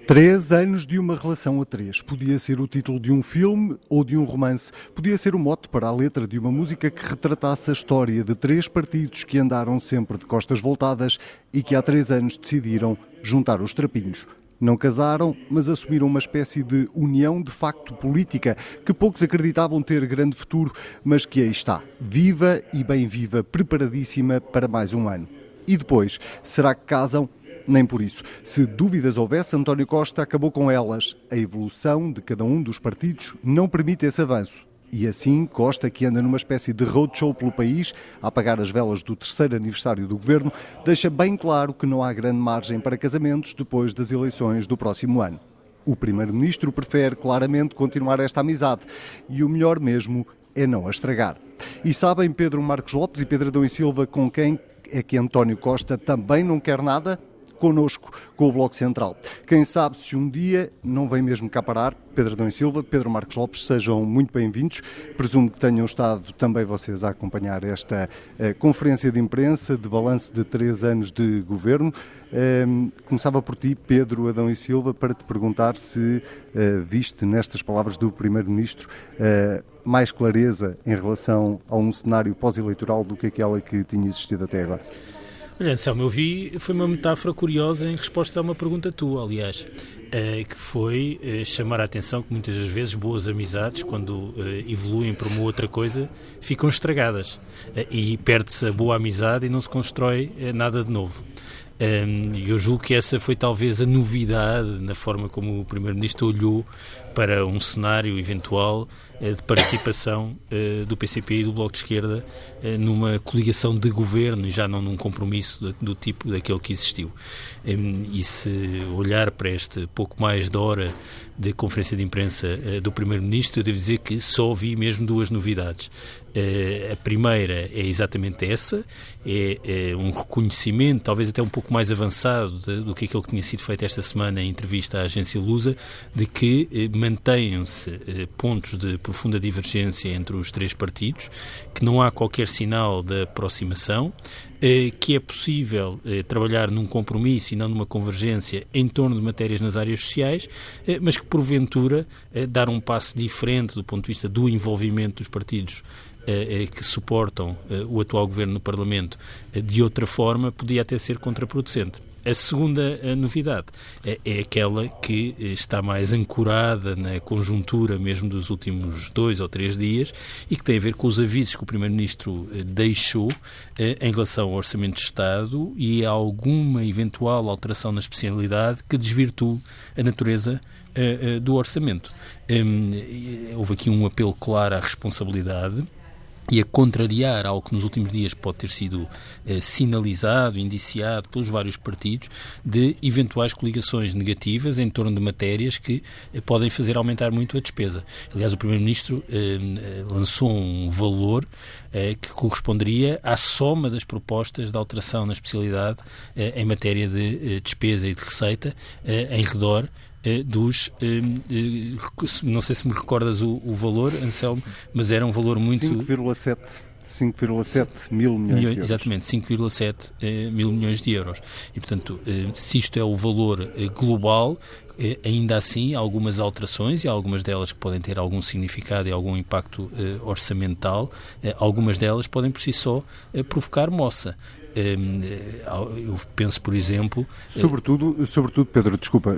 3 anos de uma relação a três. Podia ser o título de um filme ou de um romance. Podia ser o mote para a letra de uma música que retratasse a história de 3 partidos que andaram sempre de costas voltadas e que há 3 anos decidiram juntar os trapinhos. Não casaram, mas assumiram uma espécie de união de facto política que poucos acreditavam ter grande futuro, mas que aí está, viva e bem viva, preparadíssima para mais um ano. E depois, será que casam? Nem por isso. Se dúvidas houvesse, António Costa acabou com elas. A evolução de cada um dos partidos não permite esse avanço. E assim, Costa, que anda numa espécie de roadshow pelo país, a apagar as velas do 3º aniversário do governo, deixa bem claro que não há grande margem para casamentos depois das eleições do próximo ano. O primeiro-ministro prefere claramente continuar esta amizade e o melhor mesmo é não a estragar. E sabem Pedro Marcos Lopes e Pedro Adão e Silva com quem é que António Costa também não quer nada? Connosco, com o Bloco Central. Quem sabe se um dia não vem mesmo cá parar, Pedro Adão e Silva, Pedro Marcos Lopes, sejam muito bem-vindos. Presumo que tenham estado também vocês a acompanhar esta conferência de imprensa de balanço de 3 anos de governo. Começava por ti, Pedro Adão e Silva, para te perguntar se viste nestas palavras do Primeiro-Ministro mais clareza em relação a um cenário pós-eleitoral do que aquela que tinha existido até agora. Olha, Anselmo, eu vi, foi uma metáfora curiosa em resposta a uma pergunta tua, aliás, que foi chamar a atenção que muitas das vezes boas amizades, quando evoluem para uma outra coisa, ficam estragadas e perde-se a boa amizade e não se constrói nada de novo. Eu julgo que essa foi talvez a novidade na forma como o Primeiro-Ministro olhou para um cenário eventual de participação do PCP e do Bloco de Esquerda numa coligação de governo e já não num compromisso do tipo daquele que existiu. E se olhar para este pouco mais de hora de conferência de imprensa do Primeiro-Ministro, eu devo dizer que só vi mesmo 2 novidades. A primeira é exatamente essa, é um reconhecimento, talvez até um pouco mais avançado do que aquilo que tinha sido feito esta semana em entrevista à agência Lusa, de que mantêm-se pontos de profunda divergência entre os 3 partidos, que não há qualquer sinal de aproximação, que é possível trabalhar num compromisso e não numa convergência em torno de matérias nas áreas sociais, mas que porventura dar um passo diferente do ponto de vista do envolvimento dos partidos que suportam o atual governo no Parlamento de outra forma podia até ser contraproducente. A segunda novidade é aquela que está mais ancorada na conjuntura mesmo dos últimos 2 ou 3 dias e que tem a ver com os avisos que o Primeiro-Ministro deixou em relação ao Orçamento de Estado e a alguma eventual alteração na especialidade que desvirtue a natureza do orçamento. Houve aqui um apelo claro à responsabilidade e a contrariar algo que nos últimos dias pode ter sido sinalizado, indiciado pelos vários partidos, de eventuais coligações negativas em torno de matérias que podem fazer aumentar muito a despesa. Aliás, o Primeiro-Ministro lançou um valor que corresponderia à soma das propostas de alteração na especialidade em matéria de despesa e de receita em redor dos, não sei se me recordas o valor, Anselmo, mas era um valor muito... 5,7 mil milhões de euros. Exatamente, 5,7 mil milhões de euros. E, portanto, se isto é o valor global, ainda assim, algumas alterações, e algumas delas que podem ter algum significado e algum impacto orçamental, algumas delas podem por si só provocar moça. Eu penso, por exemplo... Sobretudo Pedro, desculpa,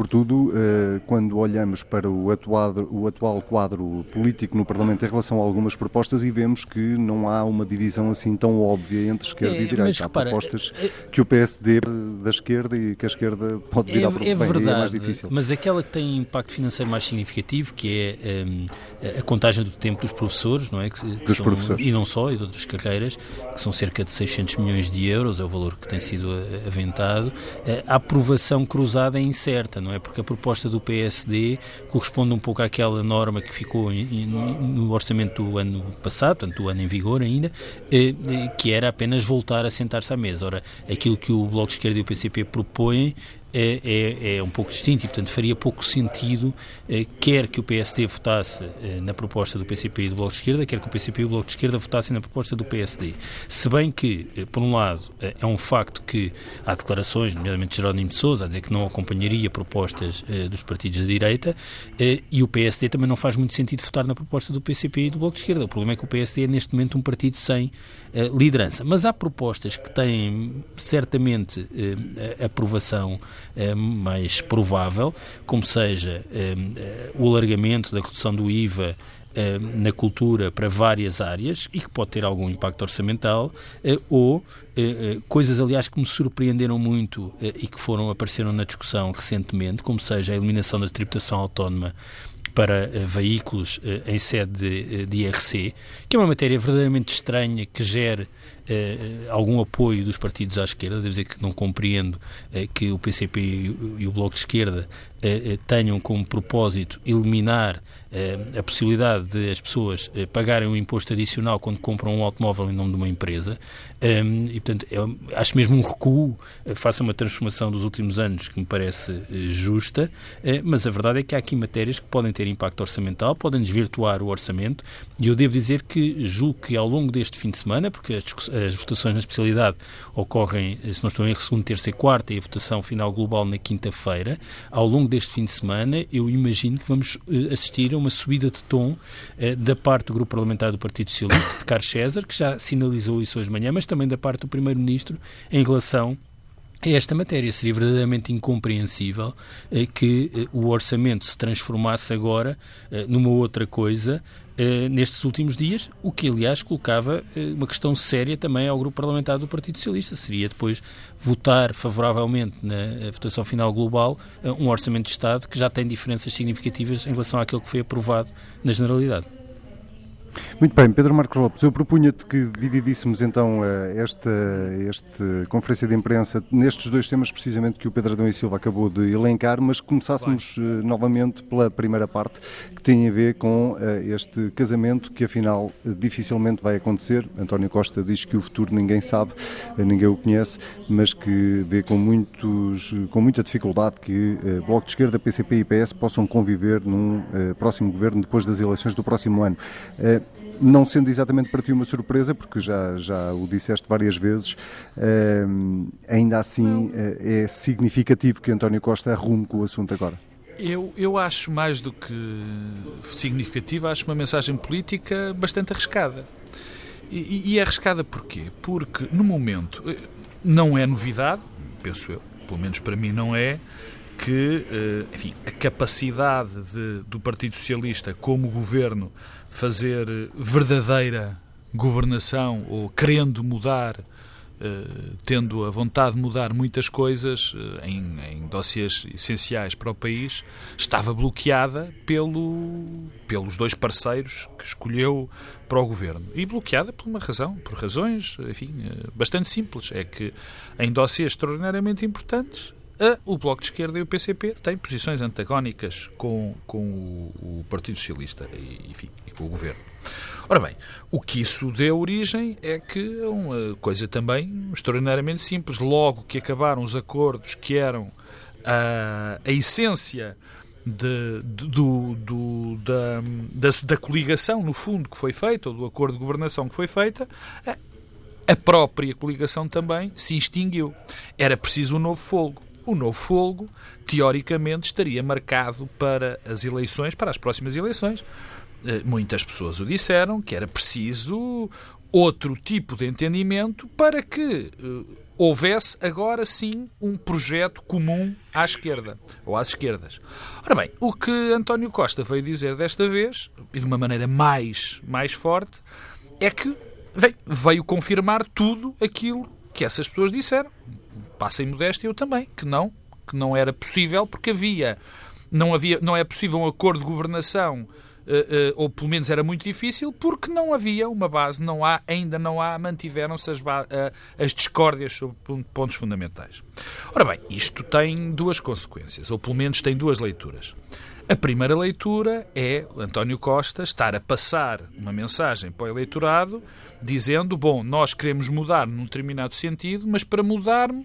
quando olhamos para o atual quadro político no Parlamento em relação a algumas propostas e vemos que não há uma divisão assim tão óbvia entre esquerda e direita. Há propostas que o PSD da esquerda e que a esquerda pode virar para o bem, verdade, é mais difícil. Mas aquela que tem impacto financeiro mais significativo, que é a contagem do tempo dos professores, não é? Professores. E não só, e de outras carreiras, que são cerca de 600 milhões de euros, é o valor que tem sido aventado. A aprovação cruzada é incerta, não é? Porque a proposta do PSD corresponde um pouco àquela norma que ficou no orçamento do ano passado, portanto, do ano em vigor ainda, que era apenas voltar a sentar-se à mesa. Ora, aquilo que o Bloco de Esquerda e o PCP propõem é um pouco distinto e, portanto, faria pouco sentido quer que o PSD votasse na proposta do PCP e do Bloco de Esquerda, quer que o PCP e o Bloco de Esquerda votassem na proposta do PSD. Se bem que, por um lado, é um facto que há declarações, nomeadamente de Jerónimo de Sousa, a dizer que não acompanharia propostas dos partidos da direita, e o PSD também não faz muito sentido votar na proposta do PCP e do Bloco de Esquerda. O problema é que o PSD é, neste momento, um partido sem liderança. Mas há propostas que têm, certamente, aprovação mais provável, como seja o alargamento da redução do IVA na cultura para várias áreas e que pode ter algum impacto orçamental, ou coisas, aliás, que me surpreenderam muito e que apareceram na discussão recentemente, como seja a eliminação da tributação autónoma para veículos em sede de IRC, que é uma matéria verdadeiramente estranha, que gere algum apoio dos partidos à esquerda. Devo dizer que não compreendo que o PCP e o Bloco de Esquerda tenham como propósito eliminar a possibilidade de as pessoas pagarem um imposto adicional quando compram um automóvel em nome de uma empresa, e portanto acho mesmo um recuo face a uma transformação dos últimos anos que me parece justa, mas a verdade é que há aqui matérias que podem ter impacto orçamental, podem desvirtuar o orçamento, e eu devo dizer que julgo que ao longo deste fim de semana, porque as votações na especialidade ocorrem, se não estou em erro, segunda, terça e quarta, e a votação final global na quinta-feira, ao longo deste fim de semana eu imagino que vamos assistir a uma subida de tom da parte do grupo parlamentar do Partido Socialista, de Carlos César, que já sinalizou isso hoje de manhã, mas também da parte do Primeiro-Ministro em relação a esta matéria. Seria verdadeiramente incompreensível que o orçamento se transformasse agora numa outra coisa nestes últimos dias, o que, aliás, colocava uma questão séria também ao grupo parlamentar do Partido Socialista. Seria depois votar favoravelmente na votação final global um orçamento de Estado que já tem diferenças significativas em relação àquele que foi aprovado na generalidade. Muito bem, Pedro Marcos Lopes, eu propunha-te que dividíssemos então esta conferência de imprensa nestes dois temas precisamente que o Pedro Adão e Silva acabou de elencar, mas começássemos novamente pela primeira parte, que tem a ver com este casamento que afinal dificilmente vai acontecer. António Costa diz que o futuro ninguém sabe, ninguém o conhece, mas que vê com muita dificuldade que Bloco de Esquerda, PCP e PS possam conviver num próximo governo depois das eleições do próximo ano. Não sendo exatamente para ti uma surpresa, porque já o disseste várias vezes, ainda assim é significativo que António Costa arrume com o assunto agora. Eu acho, mais do que significativo, acho uma mensagem política bastante arriscada. E é arriscada porquê? Porque, no momento, não é novidade, penso eu, pelo menos para mim não é, que, enfim, a capacidade do Partido Socialista como governo fazer verdadeira governação ou querendo mudar, tendo a vontade de mudar muitas coisas em dossiês essenciais para o país, estava bloqueada pelos dois parceiros que escolheu para o governo. E bloqueada por razões, enfim, bastante simples. É que em dossiês extraordinariamente importantes, o Bloco de Esquerda e o PCP têm posições antagónicas com o Partido Socialista e com o Governo. Ora bem, o que isso deu origem é que é uma coisa também extraordinariamente simples. Logo que acabaram os acordos que eram a essência da coligação, no fundo, que foi feita, ou do acordo de governação que foi feita, a própria coligação também se extinguiu. Era preciso um novo fôlego. O novo fôlego, teoricamente, estaria marcado para as eleições, para as próximas eleições. Muitas pessoas o disseram, que era preciso outro tipo de entendimento para que houvesse agora sim um projeto comum à esquerda, ou às esquerdas. Ora bem, o que António Costa veio dizer desta vez, e de uma maneira mais forte, é que veio confirmar tudo aquilo que essas pessoas disseram. Passem modéstia, eu também, que não era possível, porque não é possível um acordo de governação, ou pelo menos era muito difícil, porque não havia uma base, ainda não há, mantiveram-se as discórdias sobre pontos fundamentais. Ora bem, isto tem duas consequências, ou pelo menos tem duas leituras. A primeira leitura é António Costa estar a passar uma mensagem para o eleitorado dizendo, nós queremos mudar num determinado sentido, mas para mudarmos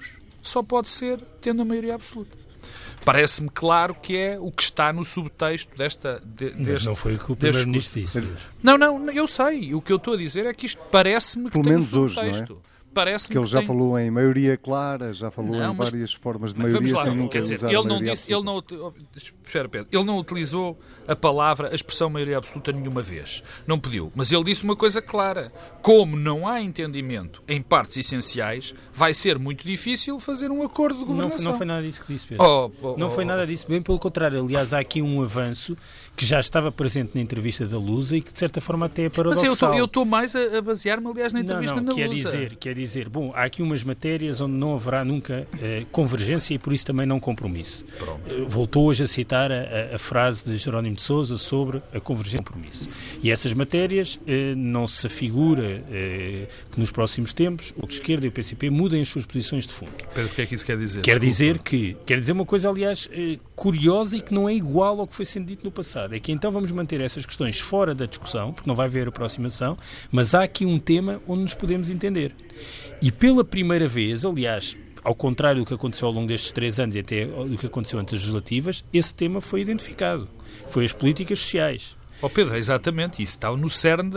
só pode ser tendo a maioria absoluta. Parece-me claro que é o que está no subtexto deste... Mas não foi o que o Primeiro-Ministro disse, Pedro. Não, eu sei. O que eu estou a dizer é que isto parece-me que tem um subtexto. Hoje, não é? Porque ele já falou em maioria clara, já falou em várias formas de maioria, sem nunca usar a maioria absoluta. Espera, Pedro, ele não utilizou a expressão maioria absoluta nenhuma vez. Não pediu. Mas ele disse uma coisa clara. Como não há entendimento em partes essenciais, vai ser muito difícil fazer um acordo de governação. Não foi nada disso que disse, Pedro. Não foi nada disso. Bem pelo contrário. Aliás, há aqui um avanço que já estava presente na entrevista da Lusa e que, de certa forma, até é paradoxal. Mas eu estou mais a basear-me, aliás, na entrevista na Lusa. Quer dizer, bom, há aqui umas matérias onde não haverá nunca convergência e por isso também não compromisso. Voltou hoje a citar a frase de Jerónimo de Sousa sobre a convergência e compromisso. E essas matérias não se afigura que nos próximos tempos o Esquerda e o PCP mudem as suas posições de fundo. Pedro, o que é que isso quer dizer? Quer dizer uma coisa, aliás, curiosa e que não é igual ao que foi sendo dito no passado. É que então vamos manter essas questões fora da discussão, porque não vai haver aproximação, mas há aqui um tema onde nos podemos entender. E pela primeira vez, aliás, ao contrário do que aconteceu ao longo destes 3 anos e até do que aconteceu antes das legislativas, esse tema foi identificado. Foi as políticas sociais. Pedro, exatamente, isso está no cerne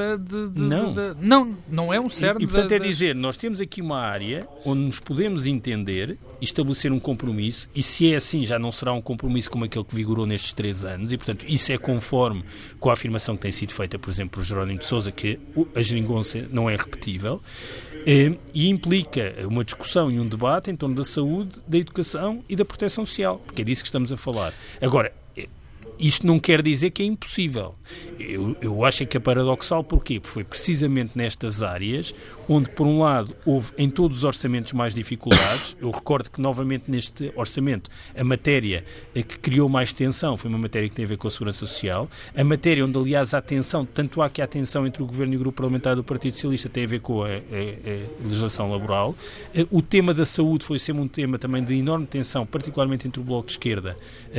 não é um cerne. E portanto é dizer, nós temos aqui uma área onde nos podemos entender e estabelecer um compromisso, e se é assim já não será um compromisso como aquele que vigorou nestes 3 anos, e portanto isso é conforme com a afirmação que tem sido feita, por exemplo, por Jerónimo de Sousa, que a geringonça não é repetível, e implica uma discussão e um debate em torno da saúde, da educação e da proteção social, porque é disso que estamos a falar. Agora, isto não quer dizer que é impossível. Eu acho que é paradoxal. Porquê? Porque foi precisamente nestas áreas onde, por um lado, houve em todos os orçamentos mais dificuldades. Eu recordo que, novamente, neste orçamento, a matéria que criou mais tensão foi uma matéria que tem a ver com a segurança social. A matéria onde, aliás, há tensão, tanto há que há tensão entre o Governo e o Grupo Parlamentar do Partido Socialista, tem a ver com a legislação laboral. O tema da saúde foi sempre um tema também de enorme tensão, particularmente entre o Bloco de Esquerda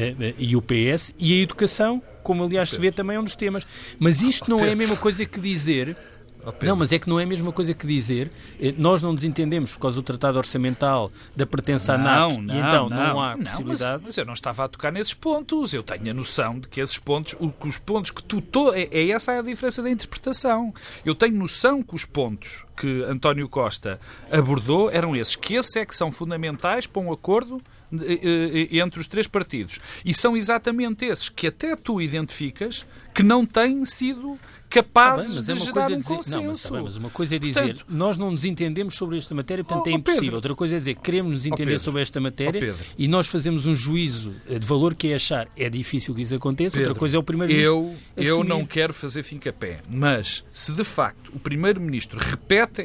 e o PS, e a educação, como aliás se vê, também é um dos temas. Mas isto não é a mesma coisa que dizer... Não, mas é que não é a mesma coisa que dizer nós não nos entendemos por causa do tratado orçamental da pertença à NATO e então não há possibilidade. Mas eu não estava a tocar nesses pontos. Eu tenho a noção de que esses pontos, os pontos que essa é a diferença da interpretação. Eu tenho noção que os pontos que António Costa abordou eram esses, que esses é que são fundamentais para um acordo entre os 3 partidos. E são exatamente esses que até tu identificas que não têm sido capazes de gerar um consenso. Mas uma coisa é dizer, portanto, nós não nos entendemos sobre esta matéria, portanto é impossível. Pedro. Outra coisa é dizer, queremos nos entender sobre esta matéria e nós fazemos um juízo de valor que é achar é difícil que isso aconteça. Pedro, outra coisa é o Primeiro-Ministro eu não quero fazer fim-capé, mas se de facto o Primeiro-Ministro repete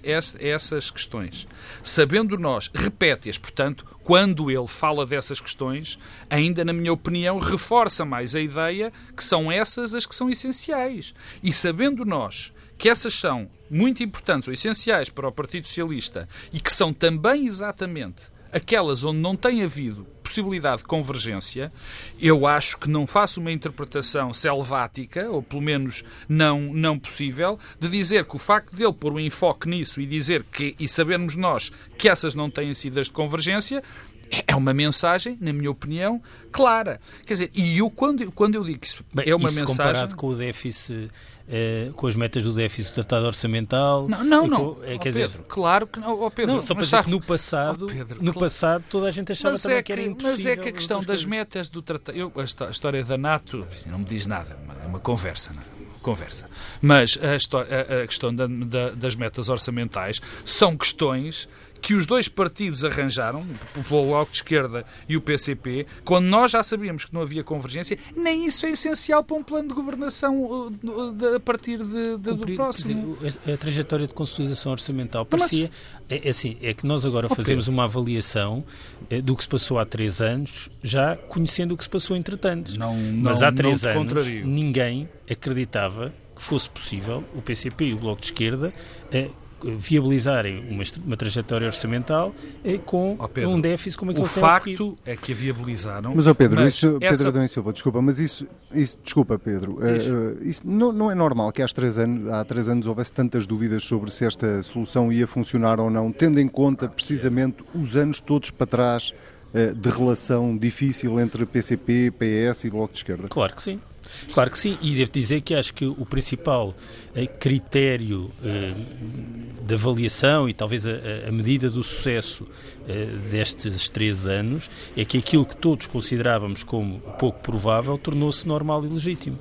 essas questões, sabendo nós, repete-as, portanto, quando ele fala dessas questões, ainda na minha opinião, reforça mais a ideia que são essas as que são essenciais. E sabendo nós que essas são muito importantes ou essenciais para o Partido Socialista e que são também exatamente aquelas onde não tem havido possibilidade de convergência, eu acho que não faço uma interpretação selvática, ou pelo menos não possível, de dizer que o facto dele pôr um enfoque nisso e dizer que, e sabermos nós que essas não têm sido as de convergência, é uma mensagem, na minha opinião, clara. Quer dizer, e eu quando eu digo que isso é uma mensagem... comparado com o déficit, com as metas do déficit do tratado orçamental... Não. Quer dizer, Pedro, claro que não. Pedro, não, só para dizer que no passado toda a gente achava também que era impossível. Mas é que a questão das metas do tratado... A história da NATO não me diz nada, é uma conversa, não é? Mas a questão das metas orçamentais são questões que os 2 partidos arranjaram, o Bloco de Esquerda e o PCP, quando nós já sabíamos que não havia convergência, nem isso é essencial para um plano de governação a partir do próximo. Dizer, a trajetória de consolidação orçamental parecia... É que nós agora fazemos uma avaliação do que se passou há 3 anos, já conhecendo o que se passou entretanto. Mas há 3 anos ninguém acreditava que fosse possível o PCP e o Bloco de Esquerda viabilizarem uma trajetória orçamental com Pedro, um déficit como aquele que tem ocorrido. O facto é que a viabilizaram. Mas, Pedro, Pedro Adão e Silva, desculpa, mas isso desculpa, Pedro, isso não é normal que há 3 anos houvesse tantas dúvidas sobre se esta solução ia funcionar ou não, tendo em conta precisamente os anos todos para trás de relação difícil entre PCP, PS e Bloco de Esquerda? Claro que sim. Claro que sim, e devo dizer que acho que o principal critério de avaliação e talvez a medida do sucesso destes 3 anos é que aquilo que todos considerávamos como pouco provável tornou-se normal e legítimo.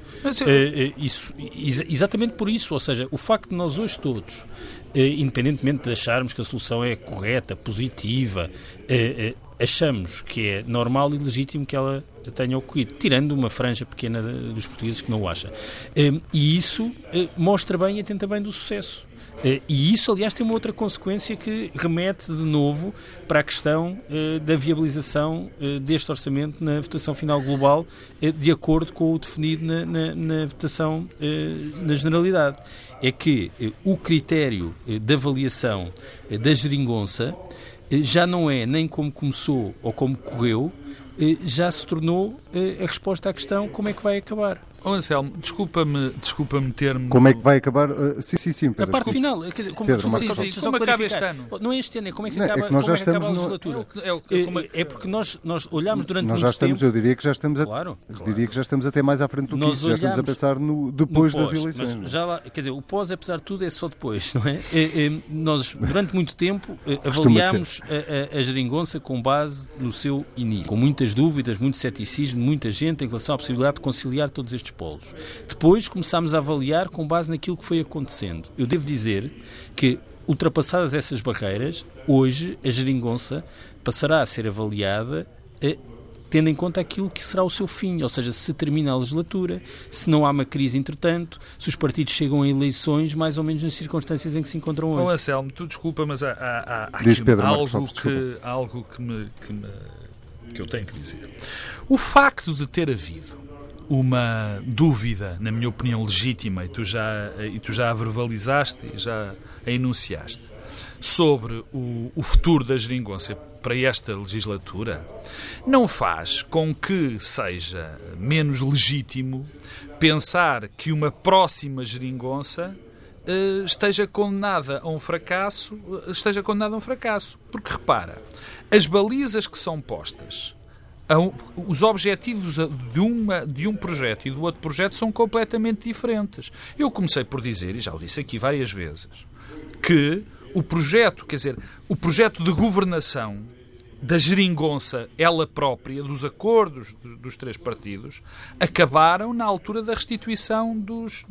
Exatamente por isso, ou seja, o facto de nós hoje todos, independentemente de acharmos que a solução é correta, positiva, achamos que é normal e legítimo que ela tenha ocorrido, tirando uma franja pequena dos portugueses que não o acha. E isso mostra bem e atenta bem do sucesso. E isso, aliás, tem uma outra consequência que remete de novo para a questão da viabilização deste orçamento na votação final global, de acordo com o definido na votação na generalidade. É que o critério de avaliação da geringonça já não é nem como começou ou como correu, já se tornou a resposta à questão como é que vai acabar. Anselmo, desculpa-me ter-me... Como é que vai acabar? Sim, Pedro. A parte final. Quer dizer, como acaba este ano? Não é este ano, é como é que acaba, acaba a legislatura. É porque nós olhámos durante muito tempo... Eu diria que já estamos diria que já estamos até mais à frente do que isso. Já estamos a pensar depois das eleições. Mas já lá, quer dizer, o pós, apesar de tudo, é só depois, não é? Nós, durante muito tempo, avaliámos a geringonça com base no seu início. Com muitas dúvidas, muito ceticismo, muita gente em relação à possibilidade de conciliar todos estes polos. Depois começámos a avaliar com base naquilo que foi acontecendo. Eu devo dizer que, ultrapassadas essas barreiras, hoje a geringonça passará a ser avaliada tendo em conta aquilo que será o seu fim, ou seja, se termina a legislatura, se não há uma crise entretanto, se os partidos chegam a eleições mais ou menos nas circunstâncias em que se encontram hoje. Anselmo, tu desculpa, mas há algo que eu tenho que dizer. O facto de ter havido uma dúvida, na minha opinião, legítima, e tu já a verbalizaste e já a enunciaste, sobre o futuro da geringonça para esta legislatura, não faz com que seja menos legítimo pensar que uma próxima geringonça esteja condenada a um fracasso. Porque, repara, as balizas que são postas, os objetivos de um projeto e do outro projeto são completamente diferentes. Eu comecei por dizer, e já o disse aqui várias vezes, que o projeto de governação da geringonça, ela própria, dos acordos dos 3 partidos, acabaram na altura da restituição dos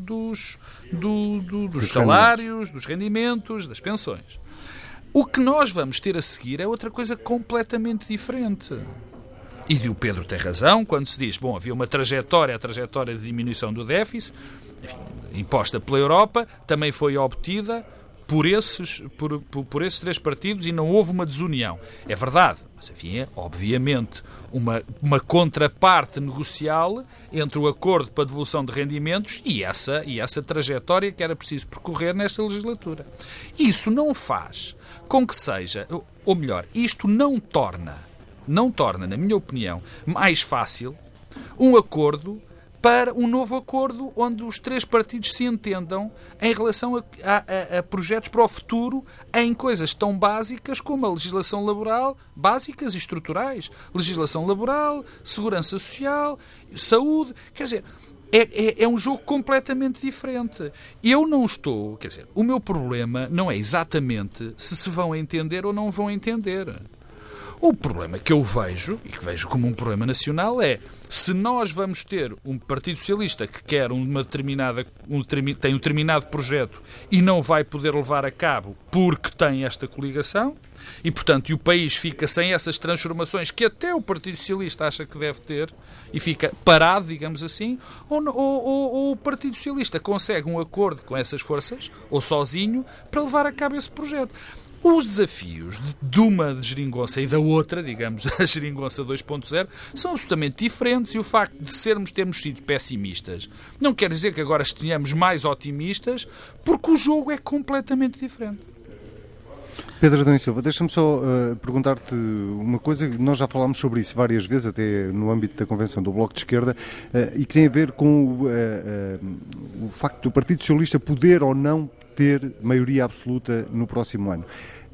salários, dos rendimentos, das pensões. O que nós vamos ter a seguir é outra coisa completamente diferente. E o Pedro tem razão quando se diz, havia uma trajetória, a trajetória de diminuição do déficit, enfim, imposta pela Europa, também foi obtida por esses 3 partidos e não houve uma desunião. É verdade, mas havia, obviamente, uma contraparte negocial entre o acordo para a devolução de rendimentos e essa trajetória que era preciso percorrer nesta legislatura. Isso não faz com que seja, ou melhor, isto não torna, na minha opinião, mais fácil um acordo para um novo acordo onde os 3 partidos se entendam em relação a projetos para o futuro em coisas tão básicas como a legislação laboral, básicas e estruturais, legislação laboral, segurança social, saúde, quer dizer, é um jogo completamente diferente. Eu não estou, o meu problema não é exatamente se vão entender ou não vão entender. O problema que eu vejo, e que vejo como um problema nacional, é se nós vamos ter um Partido Socialista que quer tem um determinado projeto e não vai poder levar a cabo porque tem esta coligação, e, portanto, o país fica sem essas transformações que até o Partido Socialista acha que deve ter e fica parado, digamos assim, ou o Partido Socialista consegue um acordo com essas forças, ou sozinho, para levar a cabo esse projeto. Os desafios de uma geringonça e da outra, digamos, a geringonça 2.0, são absolutamente diferentes, e o facto de termos sido pessimistas não quer dizer que agora estejamos mais otimistas, porque o jogo é completamente diferente. Pedro Adão e Silva, deixa-me só perguntar-te uma coisa. Nós já falámos sobre isso várias vezes, até no âmbito da Convenção do Bloco de Esquerda, e que tem a ver com o facto do Partido Socialista poder ou não ter maioria absoluta no próximo ano.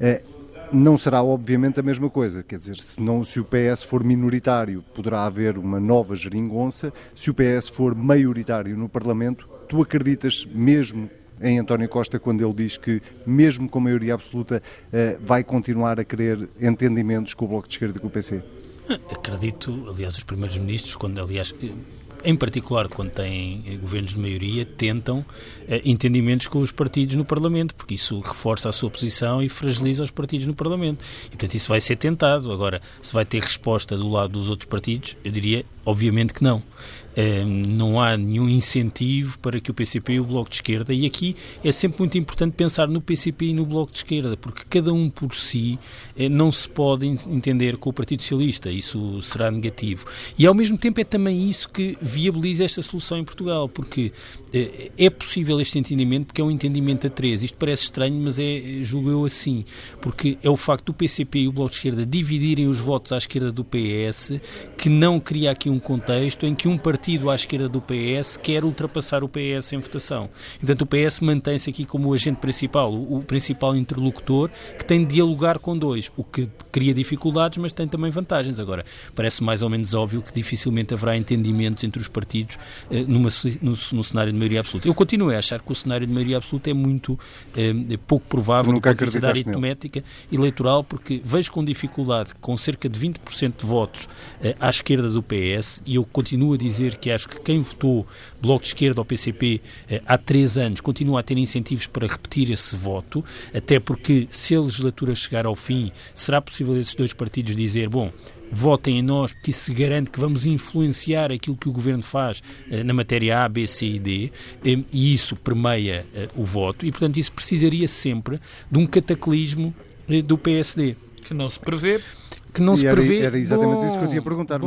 Não será, obviamente, a mesma coisa. Quer dizer, se o PS for minoritário, poderá haver uma nova geringonça. Se o PS for maioritário no Parlamento, tu acreditas mesmo em António Costa quando ele diz que, mesmo com maioria absoluta, vai continuar a querer entendimentos com o Bloco de Esquerda e com o PC? Acredito, aliás, os primeiros ministros, em particular quando têm governos de maioria, tentam entendimentos com os partidos no Parlamento, porque isso reforça a sua posição e fragiliza os partidos no Parlamento. E, portanto, isso vai ser tentado. Agora, se vai ter resposta do lado dos outros partidos, eu diria, obviamente que não. Não há nenhum incentivo para que o PCP e o Bloco de Esquerda, e aqui é sempre muito importante pensar no PCP e no Bloco de Esquerda, porque cada um por si não se pode entender com o Partido Socialista, isso será negativo. E ao mesmo tempo é também isso que viabiliza esta solução em Portugal, porque é possível este entendimento, porque é um entendimento a três. Isto parece estranho, mas julgo eu assim, porque é o facto do PCP e o Bloco de Esquerda dividirem os votos à esquerda do PS que não cria aqui um contexto em que um partido à esquerda do PS quer ultrapassar o PS em votação. Portanto, o PS mantém-se aqui como o agente principal, o principal interlocutor, que tem de dialogar com dois, o que cria dificuldades, mas tem também vantagens. Agora, parece mais ou menos óbvio que dificilmente haverá entendimentos entre os partidos no cenário de maioria absoluta. Eu continuo a achar que o cenário de maioria absoluta é muito pouco provável do ponto de vista da aritmética eleitoral, porque vejo com dificuldade, com cerca de 20% de votos à esquerda do PS, e eu continuo a dizer que acho que quem votou Bloco de Esquerda ou PCP há 3 anos continua a ter incentivos para repetir esse voto, até porque se a legislatura chegar ao fim, será possível esses dois partidos dizer, bom, votem em nós, porque isso garante que vamos influenciar aquilo que o Governo faz na matéria A, B, C e D, e isso permeia o voto, e portanto isso precisaria sempre de um cataclismo do PSD. Que não se prevê. Que não se prevê. Era exatamente isso que eu tinha a perguntar,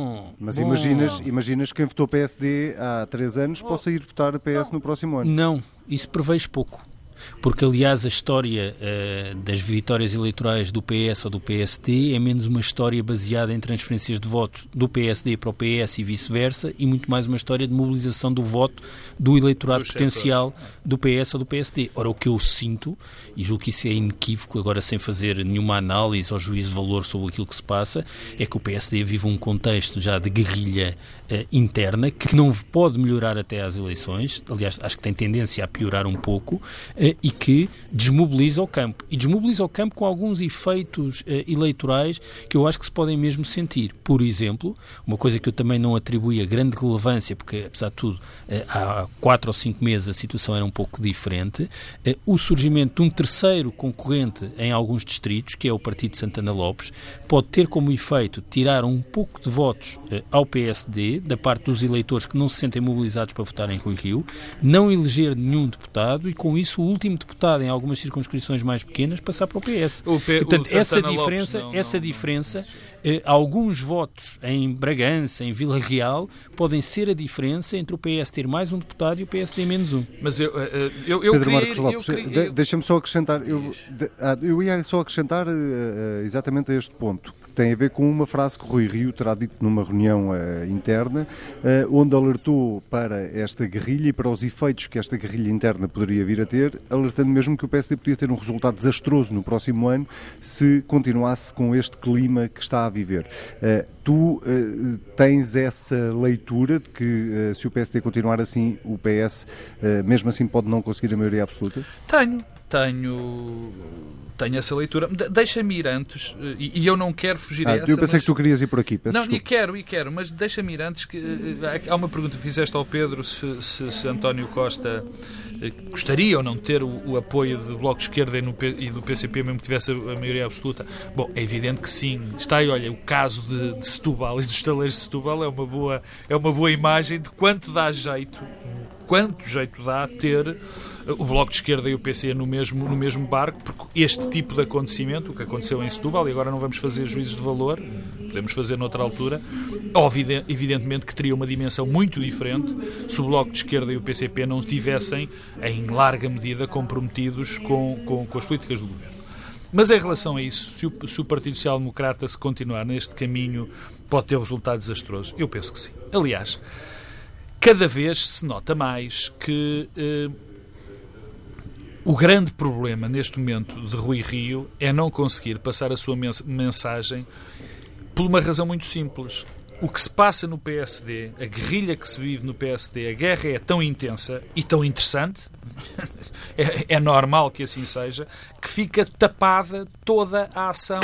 mas imaginas quem votou PSD há 3 anos possa ir votar PS no próximo ano? Não, isso prevejo pouco. Porque, aliás, a história das vitórias eleitorais do PS ou do PSD é menos uma história baseada em transferências de votos do PSD para o PS e vice-versa, e muito mais uma história de mobilização do voto do eleitorado potencial do PS ou do PSD. Ora, o que eu sinto, e julgo que isso é inequívoco, agora sem fazer nenhuma análise ou juízo de valor sobre aquilo que se passa, é que o PSD vive um contexto já de guerrilha interna que não pode melhorar até às eleições, aliás, acho que tem tendência a piorar um pouco, e que desmobiliza o campo. E desmobiliza o campo com alguns efeitos eleitorais que eu acho que se podem mesmo sentir. Por exemplo, uma coisa que eu também não atribuí a grande relevância, porque, apesar de tudo, há 4 ou 5 meses a situação era um pouco diferente, o surgimento de um terceiro concorrente em alguns distritos, que é o Partido de Santana Lopes, pode ter como efeito tirar um pouco de votos ao PSD, da parte dos eleitores que não se sentem mobilizados para votar em Rui Rio, não eleger nenhum deputado e, com isso, o último deputado em algumas circunscrições mais pequenas passar para o PS. Portanto, essa diferença, alguns votos em Bragança, em Vila Real, podem ser a diferença entre o PS ter mais um deputado e o PSD menos um. Mas eu Pedro Marcos Lopes, deixa-me só acrescentar, eu ia só acrescentar exatamente a este ponto, que tem a ver com uma frase que Rui Rio terá dito numa reunião interna, onde alertou para esta guerrilha e para os efeitos que esta guerrilha interna poderia vir a ter, alertando mesmo que o PSD podia ter um resultado desastroso no próximo ano se continuasse com este clima que está a viver. Tu tens essa leitura de que se o PSD continuar assim, o PS mesmo assim pode não conseguir a maioria absoluta? Tenho essa leitura. Deixa-me ir antes, e eu não quero fugir a essa. Eu pensei que tu querias ir por aqui. Não, e quero, mas deixa-me ir antes. Há uma pergunta que fizeste ao Pedro se António Costa gostaria ou não de ter o apoio do Bloco de Esquerda e do PCP, mesmo que tivesse a maioria absoluta. Bom, é evidente que sim. Está aí, olha, o caso de Setúbal e dos estaleiros de Setúbal é uma boa imagem de quanto dá jeito quanto jeito dá ter o Bloco de Esquerda e o PC no mesmo barco, porque este tipo de acontecimento, o que aconteceu em Setúbal, e agora não vamos fazer juízos de valor, podemos fazer noutra altura, evidentemente que teria uma dimensão muito diferente se o Bloco de Esquerda e o PCP não estivessem, em larga medida, comprometidos com as políticas do governo. Mas em relação a isso, se o Partido Social Democrata se continuar neste caminho, pode ter resultado desastroso? Eu penso que sim. Aliás, cada vez se nota mais que o grande problema neste momento de Rui Rio é não conseguir passar a sua mensagem por uma razão muito simples. O que se passa no PSD, a guerrilha que se vive no PSD, a guerra é tão intensa e tão interessante, é normal que assim seja, que fica tapada toda a ação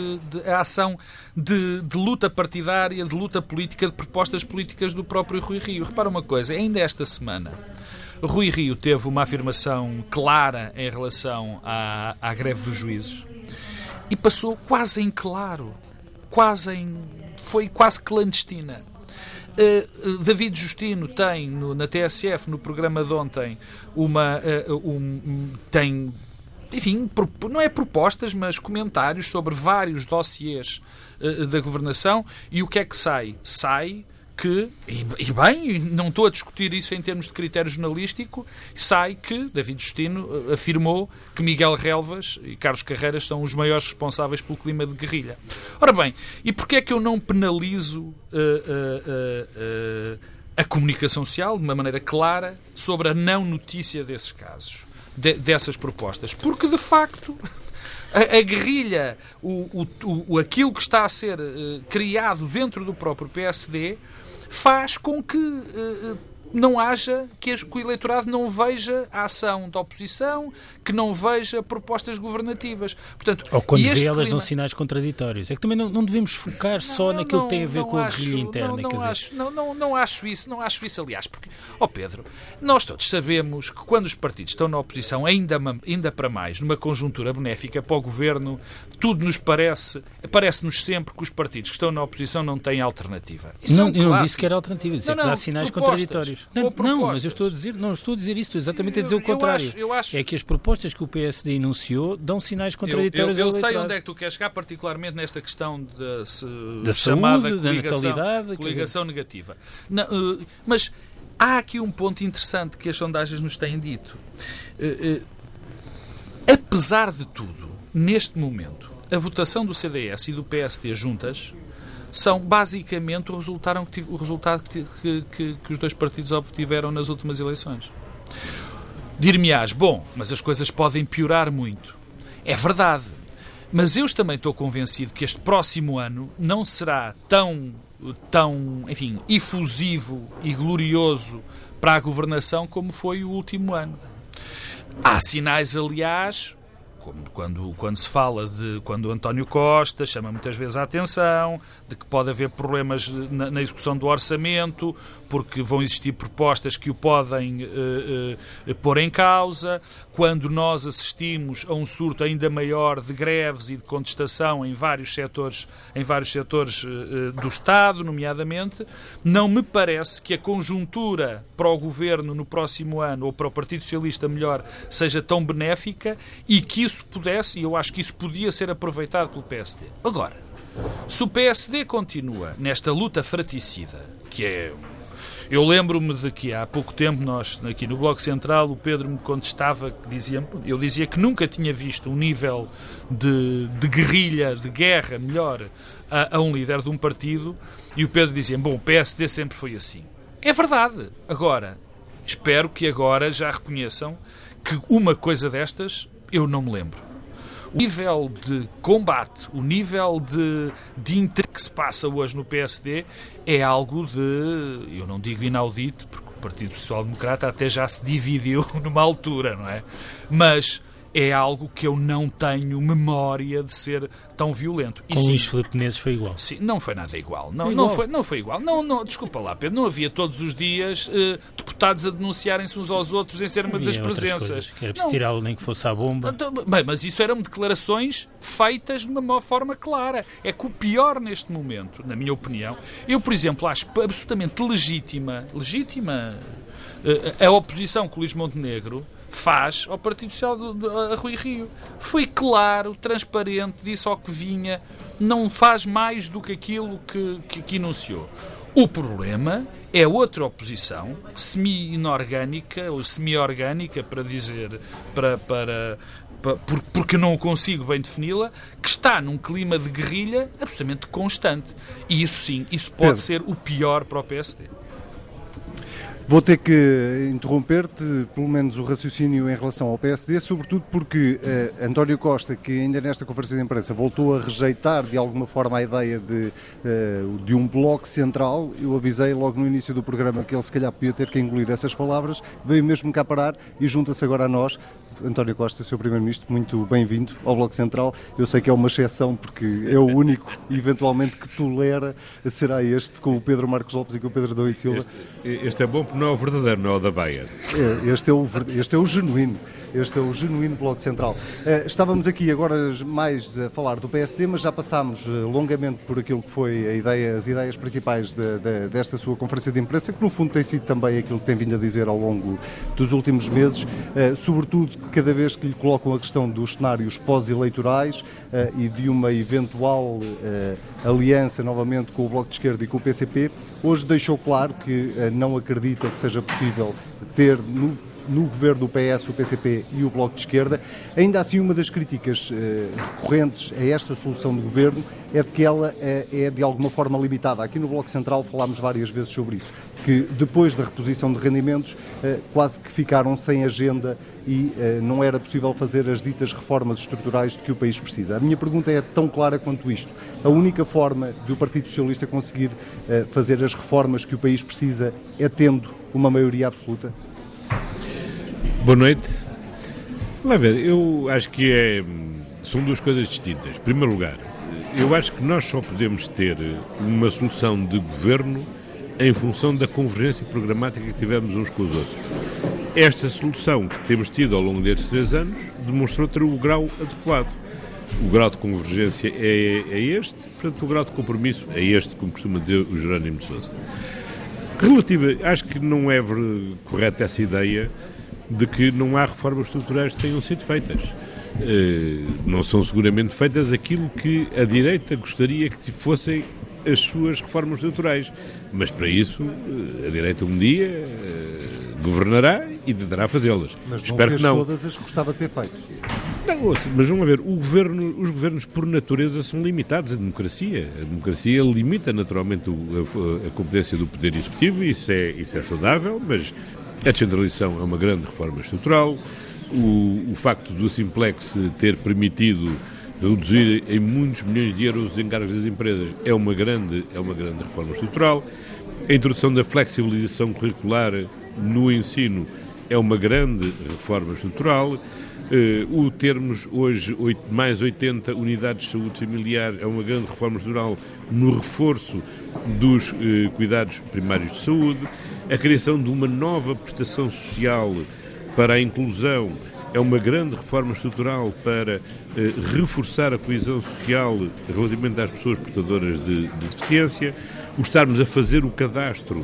de luta partidária, de luta política, de propostas políticas do próprio Rui Rio. Repara uma coisa, ainda esta semana Rui Rio teve uma afirmação clara em relação à greve dos juízes e passou quase em claro, foi quase clandestina. David Justino tem na TSF, no programa de ontem, tem, enfim, não é propostas, mas comentários sobre vários dossiês da governação, e o que é que sai? Sai que, e bem, não estou a discutir isso em termos de critério jornalístico, sai que David Justino afirmou que Miguel Relvas e Carlos Carreiras são os maiores responsáveis pelo clima de guerrilha. Ora bem, e porquê é que eu não penalizo a comunicação social de uma maneira clara sobre a não notícia desses casos, dessas propostas? Porque, de facto, a guerrilha, aquilo que está a ser criado dentro do próprio PSD, faz com que não haja, que o eleitorado não veja a ação da oposição, que não veja propostas governativas. Portanto, ou quando vê elas dão sinais contraditórios. É que também não devemos focar só naquilo que tem a ver com a guerrilha interna. Não acho isso, aliás, porque, Pedro, nós todos sabemos que quando os partidos estão na oposição, ainda para mais, numa conjuntura benéfica para o governo, tudo nos parece-nos sempre que os partidos que estão na oposição não têm alternativa. Eu não disse que era alternativa, disse que dá sinais contraditórios. Não, mas eu não estou a dizer isso, estou exatamente a dizer o contrário. Eu acho. É que as propostas que o PSD enunciou dão sinais contraditórios ao eleitorado. Eu sei onde é que tu queres chegar, particularmente nesta questão da chamada saúde, da natalidade, coligação negativa. Não, mas há aqui um ponto interessante que as sondagens nos têm dito. Apesar de tudo, neste momento, a votação do CDS e do PSD juntas são basicamente o resultado que os dois partidos obtiveram nas últimas eleições. Dir-me-ás, mas as coisas podem piorar muito. É verdade, mas eu também estou convencido que este próximo ano não será tão, enfim, efusivo e glorioso para a governação como foi o último ano. Há sinais, aliás, quando se fala quando António Costa chama muitas vezes a atenção de que pode haver problemas na execução do orçamento, porque vão existir propostas que o podem pôr em causa, quando nós assistimos a um surto ainda maior de greves e de contestação em vários setores do Estado, nomeadamente, não me parece que a conjuntura para o Governo no próximo ano, ou para o Partido Socialista melhor, seja tão benéfica e que isso pudesse, e eu acho que isso podia ser aproveitado pelo PSD. Agora, se o PSD continua nesta luta fraticida, que é... Eu lembro-me de que há pouco tempo nós, aqui no Bloco Central, o Pedro me contestava, eu dizia que nunca tinha visto um nível de guerrilha, de guerra, melhor, a um líder de um partido, e o Pedro dizia, o PSD sempre foi assim. É verdade. Agora, espero que agora já reconheçam que uma coisa destas eu não me lembro. O nível de combate, o nível de interesse que se passa hoje no PSD é algo eu não digo inaudito, porque o Partido Social Democrata até já se dividiu numa altura, não é? Mas é algo que eu não tenho memória de ser tão violento. Com Luís Filipe Menezes foi igual. Sim, não foi nada igual. Não foi igual. Não, desculpa lá, Pedro, não havia todos os dias deputados a denunciarem-se uns aos outros em ser uma das presenças. Que era preciso tirá-lo nem que fosse à bomba. Bem, mas isso eram declarações feitas de uma forma clara. É que o pior neste momento, na minha opinião, eu, por exemplo, acho absolutamente legítima a oposição que o Luís Montenegro faz ao Partido Social a Rui Rio. Foi claro, transparente, disse ao que vinha, não faz mais do que aquilo que enunciou. O problema é outra oposição, semi-inorgânica, ou semi-orgânica, para dizer, porque não consigo bem defini-la, que está num clima de guerrilha absolutamente constante. E isso sim, isso pode ser o pior para o PSD. Vou ter que interromper-te, pelo menos o raciocínio em relação ao PSD, sobretudo porque António Costa, que ainda nesta conferência de imprensa voltou a rejeitar de alguma forma a ideia de um bloco central, eu avisei logo no início do programa que ele se calhar podia ter que engolir essas palavras, veio mesmo cá parar e junta-se agora a nós. António Costa, Sr. Primeiro-Ministro, muito bem-vindo ao Bloco Central. Eu sei que é uma exceção porque é o único, eventualmente, que tolera será este, com o Pedro Marcos Lopes e com o Pedro Adão e Silva. Este é bom porque não é o verdadeiro, não é o da Baia. Este é o genuíno. Este é o genuíno Bloco Central. Estávamos aqui agora mais a falar do PSD, mas já passámos longamente por aquilo que foi as ideias principais desta sua conferência de imprensa, que no fundo tem sido também aquilo que tem vindo a dizer ao longo dos últimos meses, sobretudo cada vez que lhe colocam a questão dos cenários pós-eleitorais e de uma eventual aliança novamente com o Bloco de Esquerda e com o PCP, hoje deixou claro que não acredita que seja possível ter no governo do PS, o PCP e o Bloco de Esquerda. Ainda assim, uma das críticas recorrentes a esta solução de governo é de que ela é de alguma forma limitada. Aqui no Bloco Central falámos várias vezes sobre isso, que depois da reposição de rendimentos quase que ficaram sem agenda e não era possível fazer as ditas reformas estruturais de que o país precisa. A minha pergunta é tão clara quanto isto. A única forma do Partido Socialista conseguir fazer as reformas que o país precisa é tendo uma maioria absoluta? Boa noite. Vamos ver, eu acho que são duas coisas distintas. Em primeiro lugar, eu acho que nós só podemos ter uma solução de governo em função da convergência programática que tivemos uns com os outros. Esta solução que temos tido ao longo destes 3 anos demonstrou ter o grau adequado. O grau de convergência é este, portanto o grau de compromisso é este, como costuma dizer o Jerónimo de Sousa. Acho que não é correta essa ideia de que não há reformas estruturais que tenham sido feitas. Não são seguramente feitas aquilo que a direita gostaria que fossem as suas reformas estruturais, mas para isso a direita um dia governará e tentará fazê-las. Mas não fez todas as que gostava de ter feito. Não, mas vamos ver, os governos por natureza são limitados à democracia. A democracia limita naturalmente a competência do poder executivo e isso é saudável, mas a descentralização é uma grande reforma estrutural. O facto do Simplex ter permitido reduzir em muitos milhões de euros os encargos das empresas é uma grande reforma estrutural. A introdução da flexibilização curricular no ensino é uma grande reforma estrutural. O termos hoje mais 80 unidades de saúde familiar é uma grande reforma estrutural no reforço dos cuidados primários de saúde. A criação de uma nova prestação social para a inclusão é uma grande reforma estrutural para reforçar a coesão social relativamente às pessoas portadoras de deficiência. O estarmos a fazer o cadastro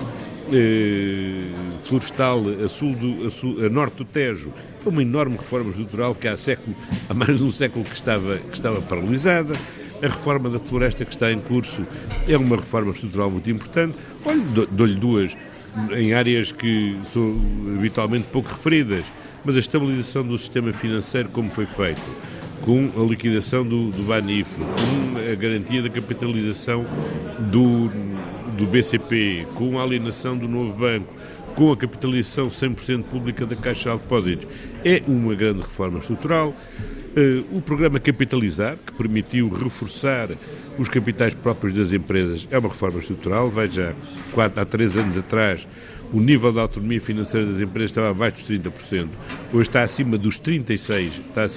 florestal a norte do Tejo é uma enorme reforma estrutural que há mais de um século que estava paralisada. A reforma da floresta que está em curso é uma reforma estrutural muito importante. Olha, dou-lhe duas em áreas que são habitualmente pouco referidas, mas a estabilização do sistema financeiro, como foi feito, com a liquidação do Banif, com a garantia da capitalização do BCP, com a alienação do novo banco, com a capitalização 100% pública da Caixa de Depósitos, é uma grande reforma estrutural. O programa Capitalizar, que permitiu reforçar os capitais próprios das empresas, é uma reforma estrutural. Veja, há 3 anos atrás, o nível de autonomia financeira das empresas estava abaixo dos 30%, hoje está acima dos 36%.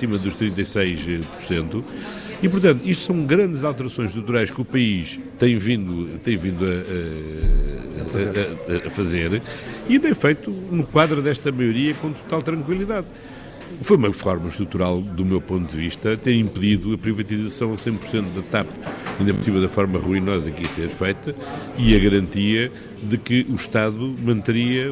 E, portanto, isto são grandes alterações estruturais que o país tem vindo a fazer e tem feito no quadro desta maioria com total tranquilidade. Foi uma reforma estrutural, do meu ponto de vista, ter impedido a privatização a 100% da TAP, ainda por cima da forma ruinosa que ia ser feita, e a garantia de que o Estado manteria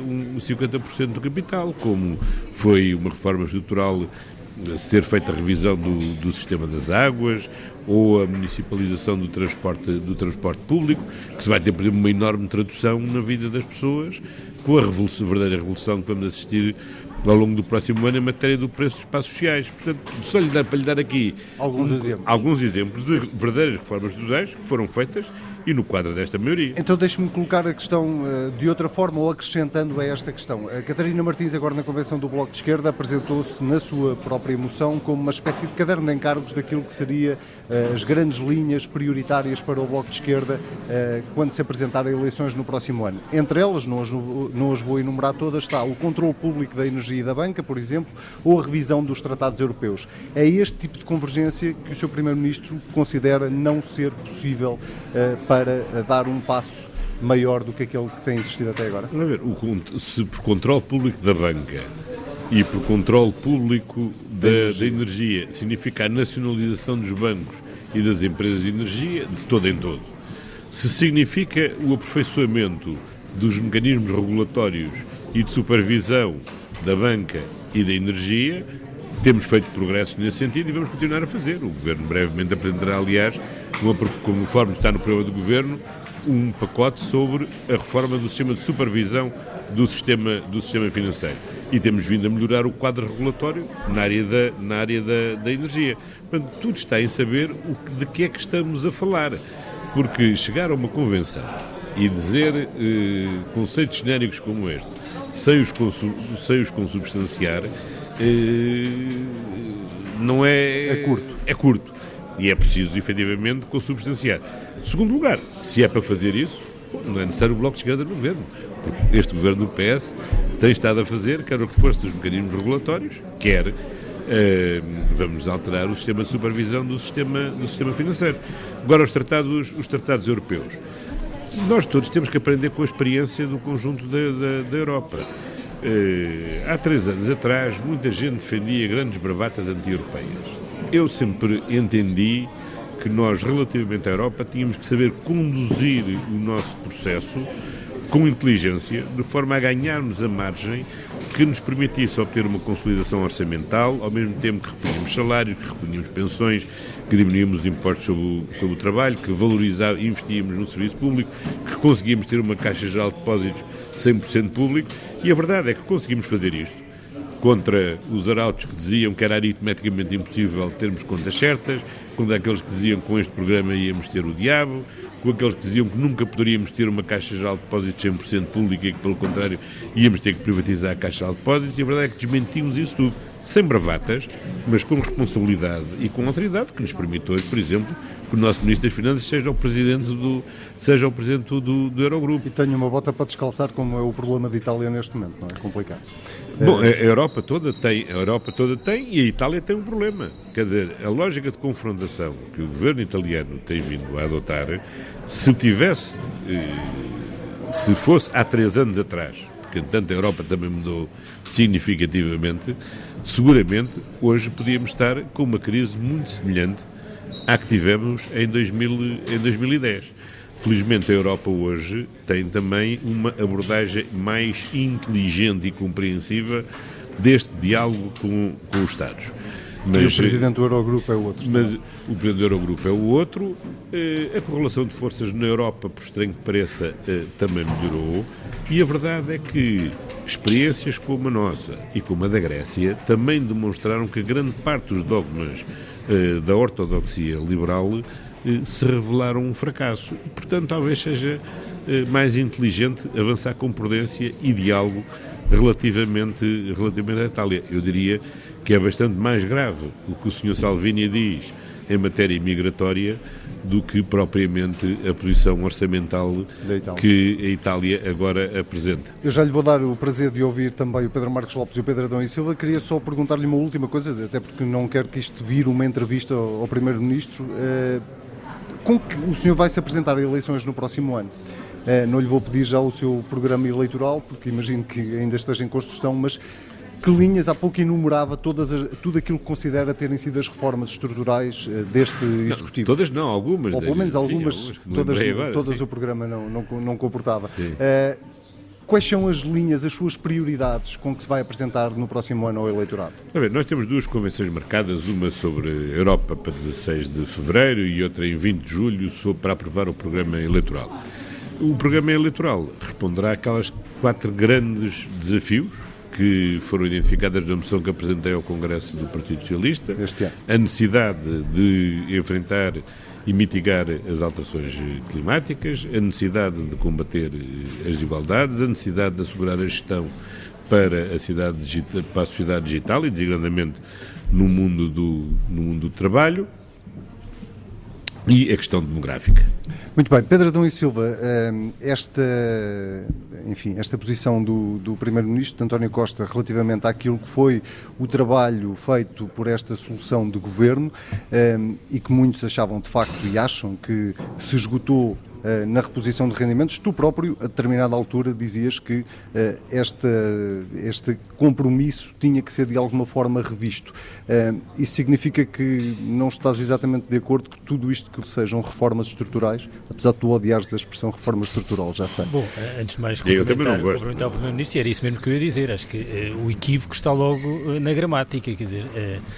50% do capital, como foi uma reforma estrutural se ter feito a revisão do sistema das águas ou a municipalização do transporte público, que se vai ter, por exemplo, uma enorme tradução na vida das pessoas, com a verdadeira revolução que vamos assistir ao longo do próximo ano em matéria do preço dos espaços sociais. Portanto, só para lhe dar aqui alguns exemplos de verdadeiras reformas estruturais que foram feitas e no quadro desta maioria. Então deixe-me colocar a questão de outra forma, ou acrescentando a esta questão. A Catarina Martins, agora na convenção do Bloco de Esquerda, apresentou-se na sua própria moção como uma espécie de caderno de encargos daquilo que seria as grandes linhas prioritárias para o Bloco de Esquerda quando se apresentarem eleições no próximo ano. Entre elas, não as vou enumerar todas, está o controle público da energia e da banca, por exemplo, ou a revisão dos tratados europeus. É este tipo de convergência que o Sr. Primeiro-Ministro considera não ser possível para dar um passo maior do que aquele que tem existido até agora? Vamos ver, se por controle público da banca e por controle público da energia significa a nacionalização dos bancos e das empresas de energia, de todo em todo, se significa o aperfeiçoamento dos mecanismos regulatórios e de supervisão da banca e da energia, temos feito progressos nesse sentido e vamos continuar a fazer. O Governo brevemente apresentará, aliás, conforme está no programa do Governo, um pacote sobre a reforma do sistema de supervisão do sistema financeiro. E temos vindo a melhorar o quadro regulatório na área da energia. Portanto, tudo está em saber de que é que estamos a falar. Porque chegar a uma convenção e dizer conceitos genéricos como este, sem os consubstanciar, não é... É curto. E é preciso, efetivamente, consubstanciar. Segundo lugar, se é para fazer isso, não é necessário o Bloco de Esquerda no Governo. Porque este Governo do PS tem estado a fazer, quer o reforço dos mecanismos regulatórios, quer vamos alterar o sistema de supervisão do sistema financeiro. Agora, os tratados europeus. Nós todos temos que aprender com a experiência do conjunto da Europa. Há 3 anos atrás, muita gente defendia grandes bravatas anti-europeias. Eu sempre entendi que nós, relativamente à Europa, tínhamos que saber conduzir o nosso processo com inteligência, de forma a ganharmos a margem que nos permitisse obter uma consolidação orçamental, ao mesmo tempo que repunhamos salários, que repunhamos pensões, que diminuímos os impostos sobre o trabalho, que investíamos no serviço público, que conseguíamos ter uma Caixa Geral de Depósitos 100% público, e a verdade é que conseguimos fazer isto contra os arautos que diziam que era aritmeticamente impossível termos contas certas, contra aqueles que diziam que com este programa íamos ter o diabo, com aqueles que diziam que nunca poderíamos ter uma Caixa Geral de Depósitos 100% pública e que, pelo contrário, íamos ter que privatizar a Caixa Geral de Depósitos, e a verdade é que desmentimos isso tudo, sem bravatas, mas com responsabilidade e com autoridade, que nos permite hoje, por exemplo, que o nosso Ministro das Finanças seja o Presidente do Eurogrupo. E tenho uma bota para descalçar, como é o problema de Itália neste momento, não é? Complicado. Bom, a Europa toda tem e a Itália tem um problema. Quer dizer, a lógica de confrontação que o governo italiano tem vindo a adotar, se fosse há 3 anos atrás, porque entanto a Europa também mudou significativamente, seguramente hoje podíamos estar com uma crise muito semelhante à que tivemos em 2010. Felizmente a Europa hoje tem também uma abordagem mais inteligente e compreensiva deste diálogo com os Estados. Mas, e o Presidente do Eurogrupo é o outro. Mas o Presidente do Eurogrupo é o outro. A correlação de forças na Europa, por estranho que pareça, também melhorou. E a verdade é que experiências como a nossa e como a da Grécia também demonstraram que grande parte dos dogmas da ortodoxia liberal se revelaram um fracasso. E, portanto, talvez seja mais inteligente avançar com prudência e diálogo relativamente à Itália. Eu diria que é bastante mais grave o que o Sr. Salvini diz em matéria migratória do que propriamente a posição orçamental que a Itália agora apresenta. Eu já lhe vou dar o prazer de ouvir também o Pedro Marcos Lopes e o Pedro Adão e Silva. Queria só perguntar-lhe uma última coisa, até porque não quero que isto vire uma entrevista ao Primeiro-Ministro. Com que o senhor vai se apresentar a eleições no próximo ano? Não lhe vou pedir já o seu programa eleitoral, porque imagino que ainda esteja em construção, mas que linhas, há pouco enumerava tudo aquilo que considera terem sido as reformas estruturais deste Executivo? Todas não, algumas. Ou pelo menos algumas, sim, todas o programa não comportava. Quais são as linhas, as suas prioridades com que se vai apresentar no próximo ano ao eleitorado? Nós temos duas convenções marcadas, uma sobre a Europa para 16 de fevereiro e outra em 20 de julho para aprovar o programa eleitoral. O programa eleitoral responderá àquelas 4 grandes desafios que foram identificadas na moção que apresentei ao Congresso do Partido Socialista. A necessidade de enfrentar e mitigar as alterações climáticas, a necessidade de combater as desigualdades, a necessidade de assegurar a gestão para a sociedade digital e, designadamente, no mundo do trabalho, e a questão demográfica. Muito bem. Pedro Adão e Silva, esta posição do Primeiro-Ministro, António Costa, relativamente àquilo que foi o trabalho feito por esta solução de governo e que muitos achavam de facto e acham que se esgotou na reposição de rendimentos, tu próprio, a determinada altura, dizias que este compromisso tinha que ser de alguma forma revisto. Isso significa que não estás exatamente de acordo que tudo isto que sejam reformas estruturais, apesar de tu odiares a expressão reforma estrutural, já sei. Bom, antes de mais cumprimentar o Primeiro-Ministro, era isso mesmo que eu ia dizer. Acho que o equívoco está logo na gramática, quer dizer,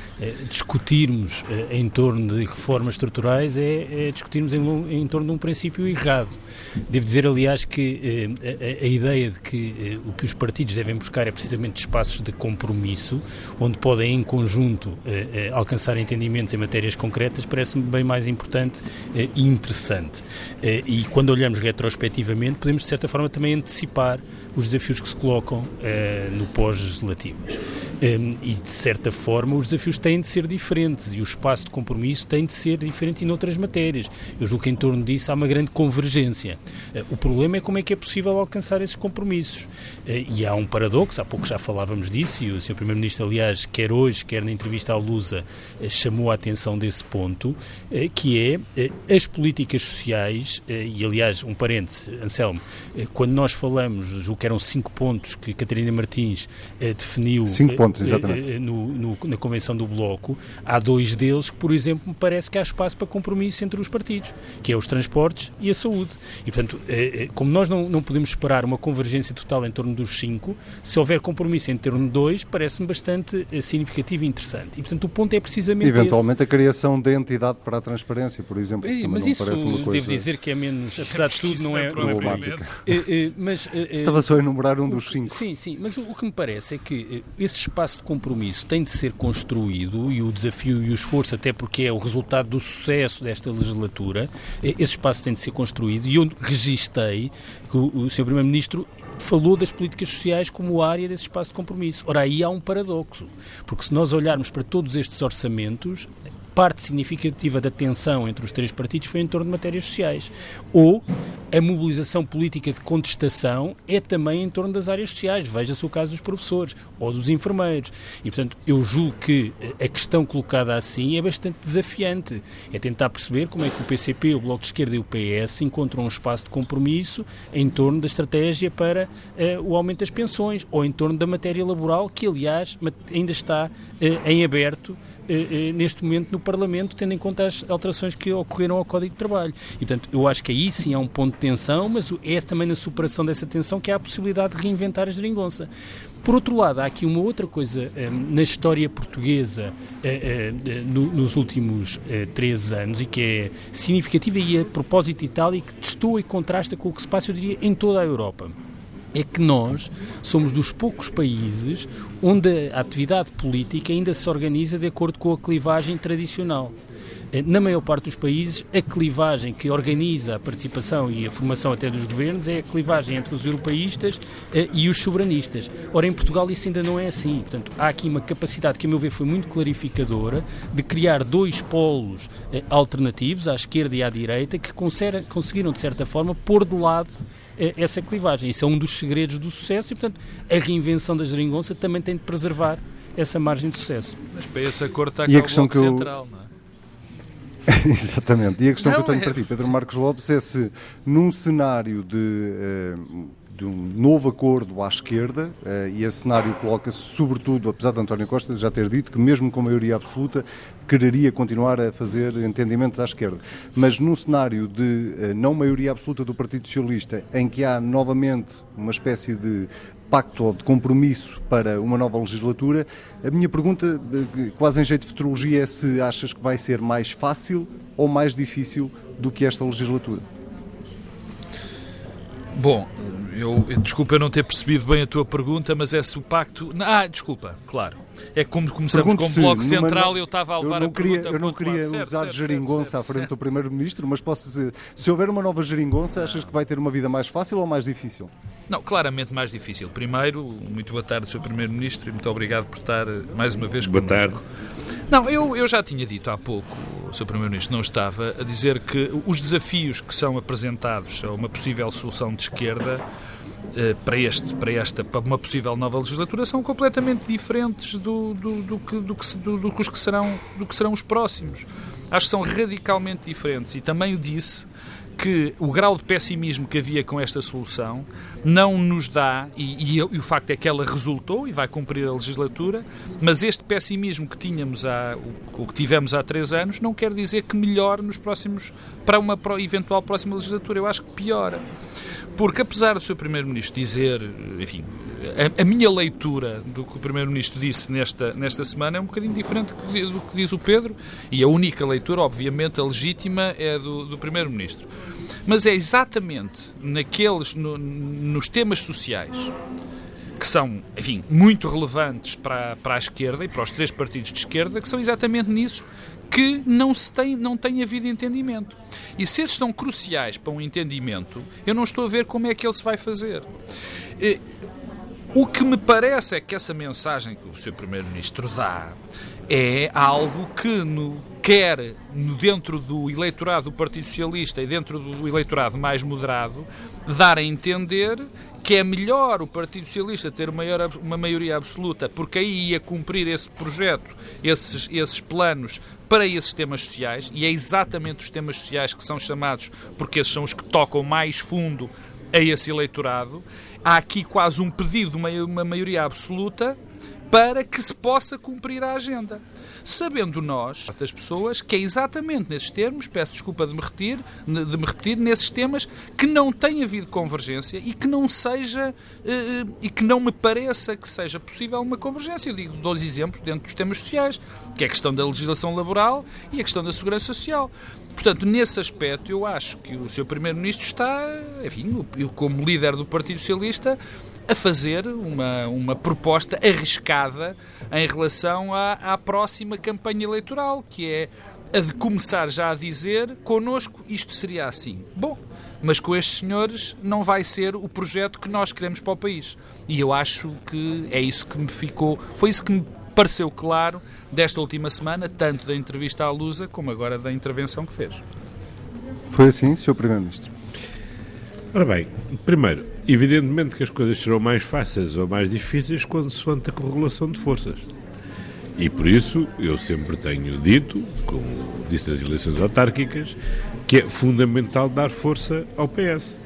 discutirmos em torno de reformas estruturais é discutirmos em torno de um princípio errado. Devo dizer, aliás, que a ideia de que o que os partidos devem buscar é precisamente espaços de compromisso, onde podem em conjunto alcançar entendimentos em matérias concretas, parece-me bem mais importante e interessante. E quando olhamos retrospectivamente, podemos de certa forma também antecipar os desafios que se colocam no pós-legislativas. E de certa forma os desafios têm de ser diferentes e o espaço de compromisso tem de ser diferente em outras matérias. Eu julgo que em torno disso há uma grande convergência. O problema é como é que é possível alcançar esses compromissos. E há um paradoxo, há pouco já falávamos disso, e o Sr. Primeiro-Ministro, aliás, quer hoje, quer na entrevista à Lusa, chamou a atenção desse ponto, que é as políticas sociais, e aliás, um parênteses, Anselmo, quando nós falamos, julgo que eram 5 pontos que Catarina Martins definiu 5 pontos, exatamente. Na Convenção do Bloco, há 2 deles que, por exemplo, me parece que há espaço para compromisso entre os partidos, que é os transportes e a saúde. E, portanto, como nós não podemos esperar uma convergência total em torno dos 5, se houver compromisso em torno de 2, parece-me bastante significativo e interessante. E, portanto, o ponto é precisamente eventualmente a criação da entidade para a transparência, por exemplo. Mas isso, devo dizer que é menos, apesar de tudo, não é problemática. Mas estava só a enumerar um dos 5. Sim, mas o que me parece é que esse espaço de compromisso tem de ser construído, e o desafio e o esforço, até porque é o resultado do sucesso desta legislatura, esse espaço tem de ser construído, e eu registrei que o Sr. Primeiro-Ministro falou das políticas sociais como área desse espaço de compromisso. Ora, aí há um paradoxo, porque se nós olharmos para todos estes orçamentos, parte significativa da tensão entre os 3 partidos foi em torno de matérias sociais. Ou a mobilização política de contestação é também em torno das áreas sociais. Veja-se o caso dos professores ou dos enfermeiros. E, portanto, eu julgo que a questão colocada assim é bastante desafiante. É tentar perceber como é que o PCP, o Bloco de Esquerda e o PS encontram um espaço de compromisso em torno da estratégia para o aumento das pensões ou em torno da matéria laboral, que, aliás, ainda está em aberto neste momento no Parlamento, tendo em conta as alterações que ocorreram ao Código de Trabalho. E, portanto, eu acho que aí sim há um ponto de tensão, mas é também na superação dessa tensão que há a possibilidade de reinventar a geringonça. Por outro lado, há aqui uma outra coisa na história portuguesa nos últimos 3 anos e que é significativa e a propósito de Itália, que testou e contrasta com o que se passa, eu diria, em toda a Europa. É que nós somos dos poucos países onde a atividade política ainda se organiza de acordo com a clivagem tradicional. Na maior parte dos países, a clivagem que organiza a participação e a formação até dos governos é a clivagem entre os europeístas e os soberanistas. Ora, em Portugal isso ainda não é assim. Portanto, há aqui uma capacidade que, a meu ver, foi muito clarificadora de criar dois polos alternativos, à esquerda e à direita, que conseguiram, de certa forma, pôr de lado essa clivagem. Isso é um dos segredos do sucesso e, portanto, a reinvenção da geringonça também tem de preservar essa margem de sucesso. Mas para esse acordo está cá o Bloco Central, não é? Exatamente. E a questão que eu tenho para ti, Pedro Marcos Lopes, é se num cenário de um novo acordo à esquerda, e esse cenário coloca-se sobretudo, apesar de António Costa já ter dito que mesmo com maioria absoluta quereria continuar a fazer entendimentos à esquerda, mas num cenário de não maioria absoluta do Partido Socialista, em que há novamente uma espécie de pacto ou de compromisso para uma nova legislatura, a minha pergunta, quase em jeito de futurologia, é se achas que vai ser mais fácil ou mais difícil do que esta legislatura? Bom, desculpa eu não ter percebido bem a tua pergunta, mas é se o pacto... desculpa, claro. É como começamos com o Bloco Central, eu estava a levar a pergunta... Eu não queria usar geringonça à frente do Primeiro-Ministro, mas posso dizer, se houver uma nova geringonça, achas que vai ter uma vida mais fácil ou mais difícil? Não, claramente mais difícil. Primeiro, muito boa tarde, Sr. Primeiro-Ministro, e muito obrigado por estar mais uma vez connosco. Boa tarde. Não, eu já tinha dito há pouco, o Sr. Primeiro-Ministro não estava, a dizer que os desafios que são apresentados a uma possível solução de esquerda para uma possível nova legislatura são completamente diferentes do que serão os próximos. Acho que são radicalmente diferentes, e também o disse que o grau de pessimismo que havia com esta solução não nos dá, e o facto é que ela resultou e vai cumprir a legislatura, mas este pessimismo que tivemos há 3 anos não quer dizer que melhore para uma eventual próxima legislatura. Eu acho que piora. Porque, apesar do Sr. Primeiro-Ministro dizer, enfim, a minha leitura do que o Primeiro-Ministro disse nesta semana é um bocadinho diferente do que diz o Pedro, e a única leitura, obviamente, a legítima, é do Primeiro-Ministro. Mas é exatamente nos temas sociais, que são, enfim, muito relevantes para a esquerda e para os 3 partidos de esquerda, que são exatamente nisso que não tem havido entendimento. E se esses são cruciais para um entendimento, eu não estou a ver como é que ele se vai fazer. O que me parece é que essa mensagem que o Sr. Primeiro-Ministro dá é algo que quer dentro do eleitorado do Partido Socialista e dentro do eleitorado mais moderado dar a entender que é melhor o Partido Socialista ter uma maioria absoluta, porque aí ia cumprir esse projeto, esses planos para esses temas sociais, e é exatamente os temas sociais que são chamados, porque esses são os que tocam mais fundo a esse eleitorado. Há aqui quase um pedido de uma maioria absoluta para que se possa cumprir a agenda. Sabendo nós, das pessoas, que é exatamente nesses termos, peço desculpa de me repetir, nesses temas, que não tem havido convergência e que não seja, e que não me pareça que seja possível uma convergência. Eu digo 2 exemplos dentro dos temas sociais, que é a questão da legislação laboral e a questão da segurança social. Portanto, nesse aspecto, eu acho que o Sr. Primeiro-Ministro está, enfim, como líder do Partido Socialista, a fazer uma proposta arriscada em relação à próxima campanha eleitoral, que é a de começar já a dizer, connosco isto seria assim. Bom, mas com estes senhores não vai ser o projeto que nós queremos para o país. E eu acho que é isso que foi isso que me pareceu claro desta última semana, tanto da entrevista à Lusa como agora da intervenção que fez. Foi assim, Sr. Primeiro-Ministro? Ora bem, primeiro, evidentemente que as coisas serão mais fáceis ou mais difíceis consoante a correlação de forças. E por isso eu sempre tenho dito, como disse nas eleições autárquicas, que é fundamental dar força ao PS.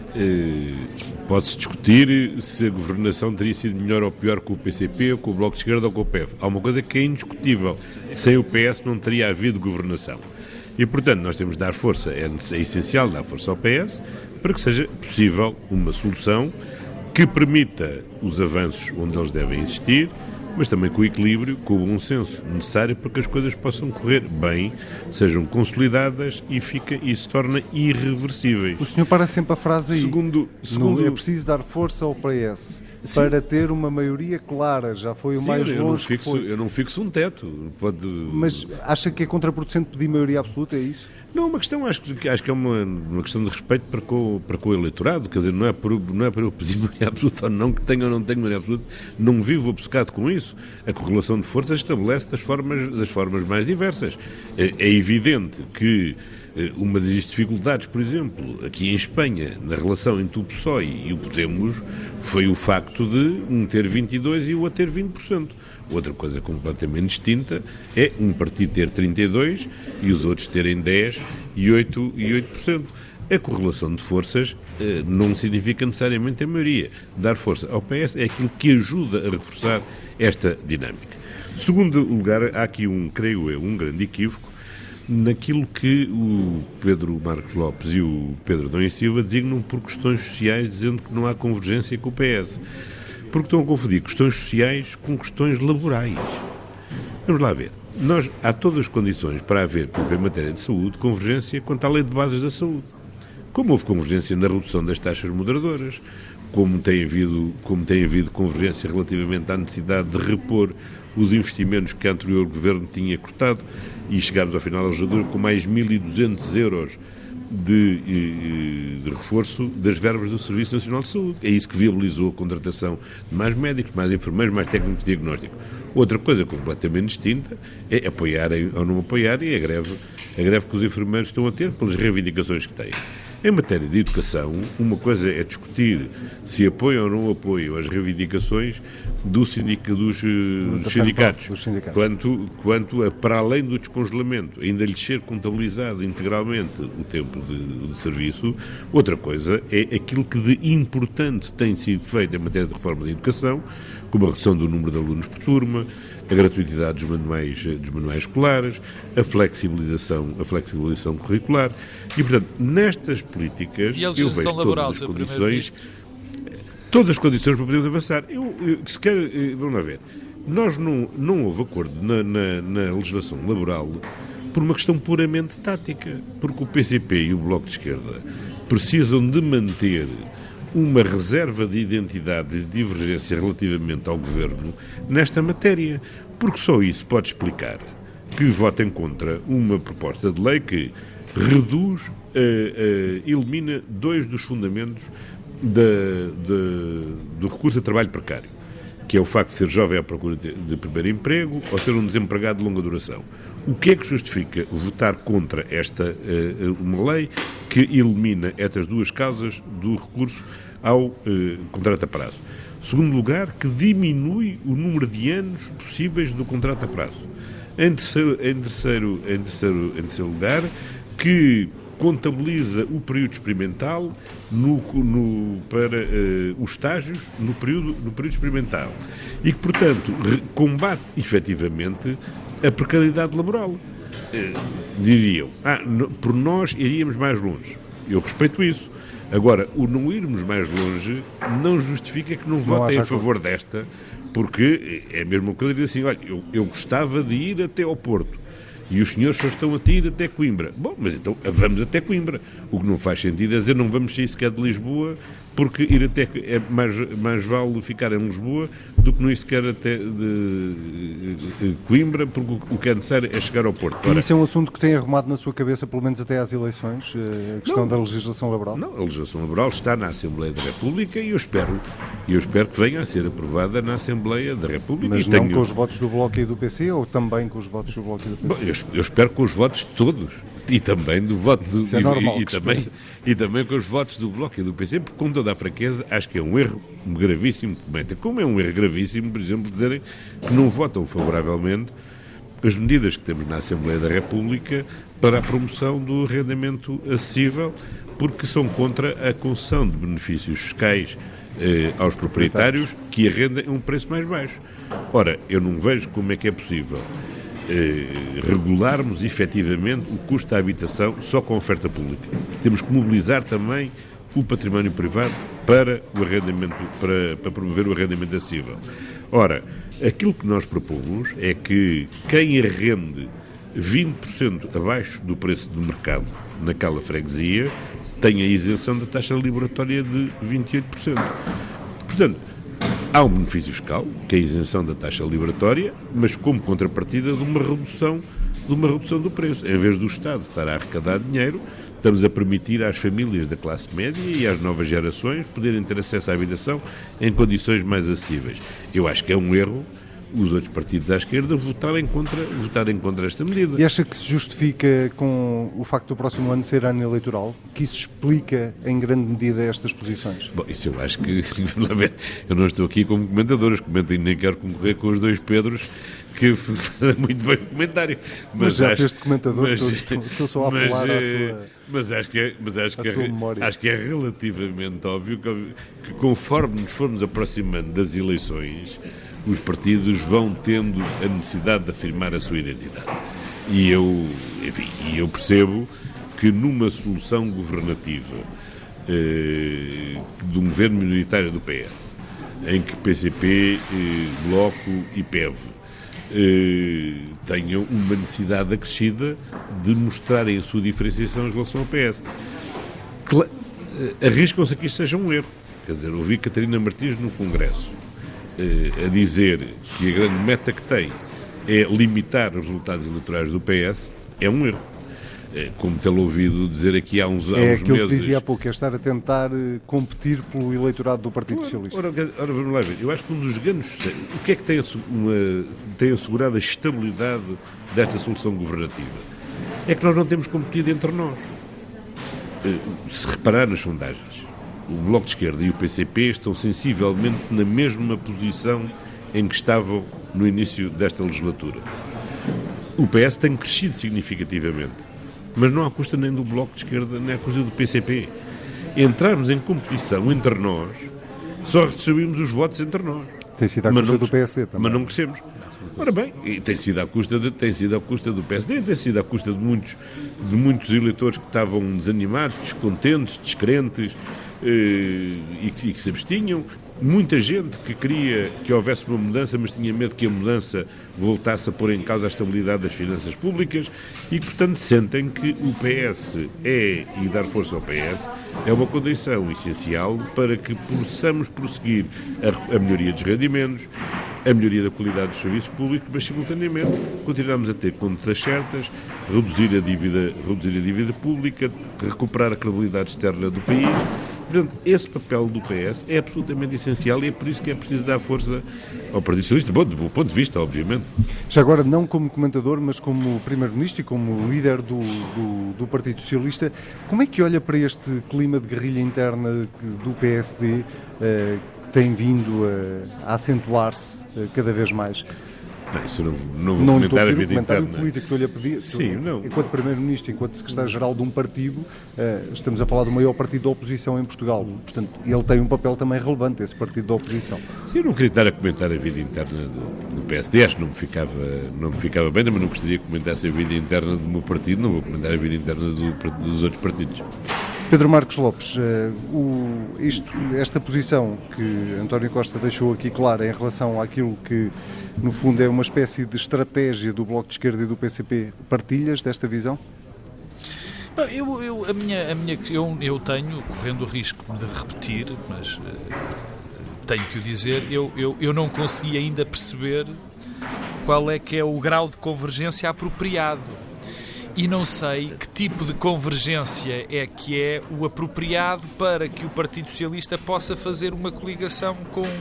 Pode-se discutir se a governação teria sido melhor ou pior com o PCP, ou com o Bloco de Esquerda ou com o PEV. Há uma coisa que é indiscutível. Sem o PS não teria havido governação. E, portanto, nós temos de dar força, é essencial dar força ao PS, para que seja possível uma solução que permita os avanços onde eles devem existir, mas também com o equilíbrio, com o bom senso necessário para que as coisas possam correr bem, sejam consolidadas e se tornem irreversíveis. O senhor para sempre a frase aí. Segundo... É preciso dar força ao PS para ter uma maioria clara. Já foi o mais longe que foi. Eu não fixo um teto. Mas acha que é contraproducente pedir maioria absoluta, é isso? Não, uma questão, acho que é uma questão de respeito para com o eleitorado, quer dizer, não é para eu pedir maioria absoluta ou não, que tenho ou não tenho maioria absoluta, não vivo obcecado com isso. A correlação de forças estabelece das formas mais diversas. É evidente que uma das dificuldades, por exemplo, aqui em Espanha, na relação entre o PSOE e o Podemos, foi o facto de um ter 22% e o outro ter 20%. Outra coisa completamente distinta é um partido ter 32% e os outros terem 10% e 8%. A correlação de forças não significa necessariamente a maioria. Dar força ao PS é aquilo que ajuda a reforçar esta dinâmica. Em segundo lugar, há aqui creio eu, um grande equívoco naquilo que o Pedro Marcos Lopes e o Pedro Adão e Silva designam por questões sociais, dizendo que não há convergência com o PS. Porque estão a confundir questões sociais com questões laborais. Vamos lá ver. Há todas as condições para haver, por exemplo, em matéria de saúde, convergência quanto à lei de bases da saúde. Como houve convergência na redução das taxas moderadoras, como tem havido convergência relativamente à necessidade de repor os investimentos que o anterior governo tinha cortado, e chegámos ao final da legislatura com mais 1.200 euros de reforço das verbas do Serviço Nacional de Saúde. É isso que viabilizou a contratação de mais médicos, mais enfermeiros, mais técnicos de diagnóstico. Outra coisa completamente distinta é apoiarem ou não apoiarem a greve que os enfermeiros estão a ter pelas reivindicações que têm. Em matéria de educação, uma coisa é discutir se apoiam ou não apoiam as reivindicações dos sindicatos, quanto a, para além do descongelamento, ainda lhes ser contabilizado integralmente o tempo de serviço. Outra coisa é aquilo que de importante tem sido feito em matéria de reforma da educação, como a redução do número de alunos por turma, a gratuidade dos manuais escolares, a flexibilização curricular. E, portanto, nestas políticas, eu vejo todas as condições para podermos avançar. Vamos lá ver, nós não houve acordo na legislação laboral por uma questão puramente tática, porque o PCP e o Bloco de Esquerda precisam de manter uma reserva de identidade e de divergência relativamente ao Governo nesta matéria, porque só isso pode explicar que votem contra uma proposta de lei que elimina dois dos fundamentos do recurso a trabalho precário, que é o facto de ser jovem à procura de primeiro emprego ou ser um desempregado de longa duração. O que é que justifica votar contra uma lei que elimina estas duas causas do recurso ao contrato a prazo? Segundo lugar, que diminui o número de anos possíveis do contrato a prazo. Em terceiro lugar, que contabiliza o período experimental para os estágios no período experimental e que, portanto, combate efetivamente a precariedade laboral. Diriam, por nós iríamos mais longe. Eu respeito isso. Agora, o não irmos mais longe não justifica que não votem a favor desta, porque é a mesma coisa de dizer assim, olha, eu gostava de ir até ao Porto e os senhores só estão a ir até Coimbra. Bom, mas então vamos até Coimbra. O que não faz sentido é dizer não vamos sair sequer de Lisboa, porque ir até mais vale ficar em Lisboa do que não ir sequer até de Coimbra, porque o que é necessário é chegar ao Porto. E isso é um assunto que tem arrumado na sua cabeça, pelo menos até às eleições, a questão da legislação laboral? Não, a legislação laboral está na Assembleia da República e eu espero que venha a ser aprovada na Assembleia da República. Mas não com os votos do Bloco e do PC ou também com os votos do Bloco e do PC? Bom, eu espero com os votos de todos. E também do voto e também com os votos do Bloco e do PC, porque com toda a franqueza acho que é um erro gravíssimo que cometem. Como é um erro gravíssimo, por exemplo, dizerem que não votam favoravelmente as medidas que temos na Assembleia da República para a promoção do arrendamento acessível, porque são contra a concessão de benefícios fiscais aos proprietários que arrendem a um preço mais baixo. Ora, eu não vejo como é que é possível regularmos efetivamente o custo da habitação só com oferta pública. Temos que mobilizar também o património privado para o arrendamento, para promover o arrendamento acessível. Ora, aquilo que nós propomos é que quem arrende 20% abaixo do preço do mercado naquela freguesia tenha a isenção da taxa liberatória de 28%. Portanto, há um benefício fiscal, que é a isenção da taxa liberatória, mas como contrapartida de uma redução do preço. Em vez do Estado estar a arrecadar dinheiro, estamos a permitir às famílias da classe média e às novas gerações poderem ter acesso à habitação em condições mais acessíveis. Eu acho que é um erro os outros partidos à esquerda votarem contra esta medida. E acha que se justifica com o facto do próximo ano ser ano eleitoral? Que isso explica em grande medida estas posições? Bom, isso eu acho que... Eu não estou aqui como comentador, os comentadores nem quero concorrer com os dois Pedros que fazem muito bem o comentário. Mas já este comentador, estou só a apelar à sua... Mas acho que é relativamente óbvio que conforme nos formos aproximando das eleições, os partidos vão tendo a necessidade de afirmar a sua identidade. E eu percebo que numa solução governativa de um governo minoritário do PS, em que PCP, Bloco e PEV tenham uma necessidade acrescida de mostrarem a sua diferenciação em relação ao PS. Arriscam-se a que isto seja um erro. Quer dizer, ouvi Catarina Martins no Congresso a dizer que a grande meta que tem é limitar os resultados eleitorais do PS, é um erro. Como tê-lo ouvido dizer aqui há uns meses... É aquilo que dizia há pouco, é estar a tentar competir pelo eleitorado do Partido Socialista. Ora, vamos lá ver. Eu acho que um dos grandes... O que é que tem assegurado a estabilidade desta solução governativa? É que nós não temos competido entre nós. Se reparar nas sondagens, o Bloco de Esquerda e o PCP estão sensivelmente na mesma posição em que estavam no início desta legislatura. O PS tem crescido significativamente, mas não à custa nem do Bloco de Esquerda, nem à custa do PCP. Entrarmos em competição entre nós, só redistribuímos os votos entre nós. Tem sido à custa do PSD também. Mas não crescemos. Ora bem, e tem sido à custa do PSD, tem sido à custa de muitos eleitores que estavam desanimados, descontentes, descrentes, e que se abstinham. Muita gente que queria que houvesse uma mudança, mas tinha medo que a mudança voltasse a pôr em causa a estabilidade das finanças públicas e, portanto, sentem que o PS e dar força ao PS é uma condição essencial para que possamos prosseguir a melhoria dos rendimentos, a melhoria da qualidade dos serviços públicos, mas, simultaneamente, continuamos a ter contas certas, reduzir a dívida pública, recuperar a credibilidade externa do país. Portanto, esse papel do PS é absolutamente essencial e é por isso que é preciso dar força ao Partido Socialista, bom, do meu ponto de vista, obviamente. Já agora, não como comentador, mas como Primeiro-Ministro e como líder do Partido Socialista, como é que olha para este clima de guerrilha interna do PSD que tem vindo a acentuar-se cada vez mais? Não, isso não vou comentar a vida interna. Político, estou-lhe a pedir. Sim, não. Enquanto Primeiro-Ministro, enquanto Secretário-Geral de um partido, estamos a falar do maior partido da oposição em Portugal. Portanto, ele tem um papel também relevante, esse partido da oposição. Sim, eu não queria estar a comentar a vida interna do PSD, acho que não me ficava bem, mas não gostaria que comentasse a vida interna do meu partido, não vou comentar a vida interna dos outros partidos. Pedro Marcos Lopes, esta posição que António Costa deixou aqui clara em relação àquilo que, no fundo, é uma espécie de estratégia do Bloco de Esquerda e do PCP, partilhas desta visão? Eu tenho, correndo o risco de repetir, mas tenho que o dizer, eu não consegui ainda perceber qual é que é o grau de convergência apropriado. E não sei que tipo de convergência é que é o apropriado para que o Partido Socialista possa fazer uma coligação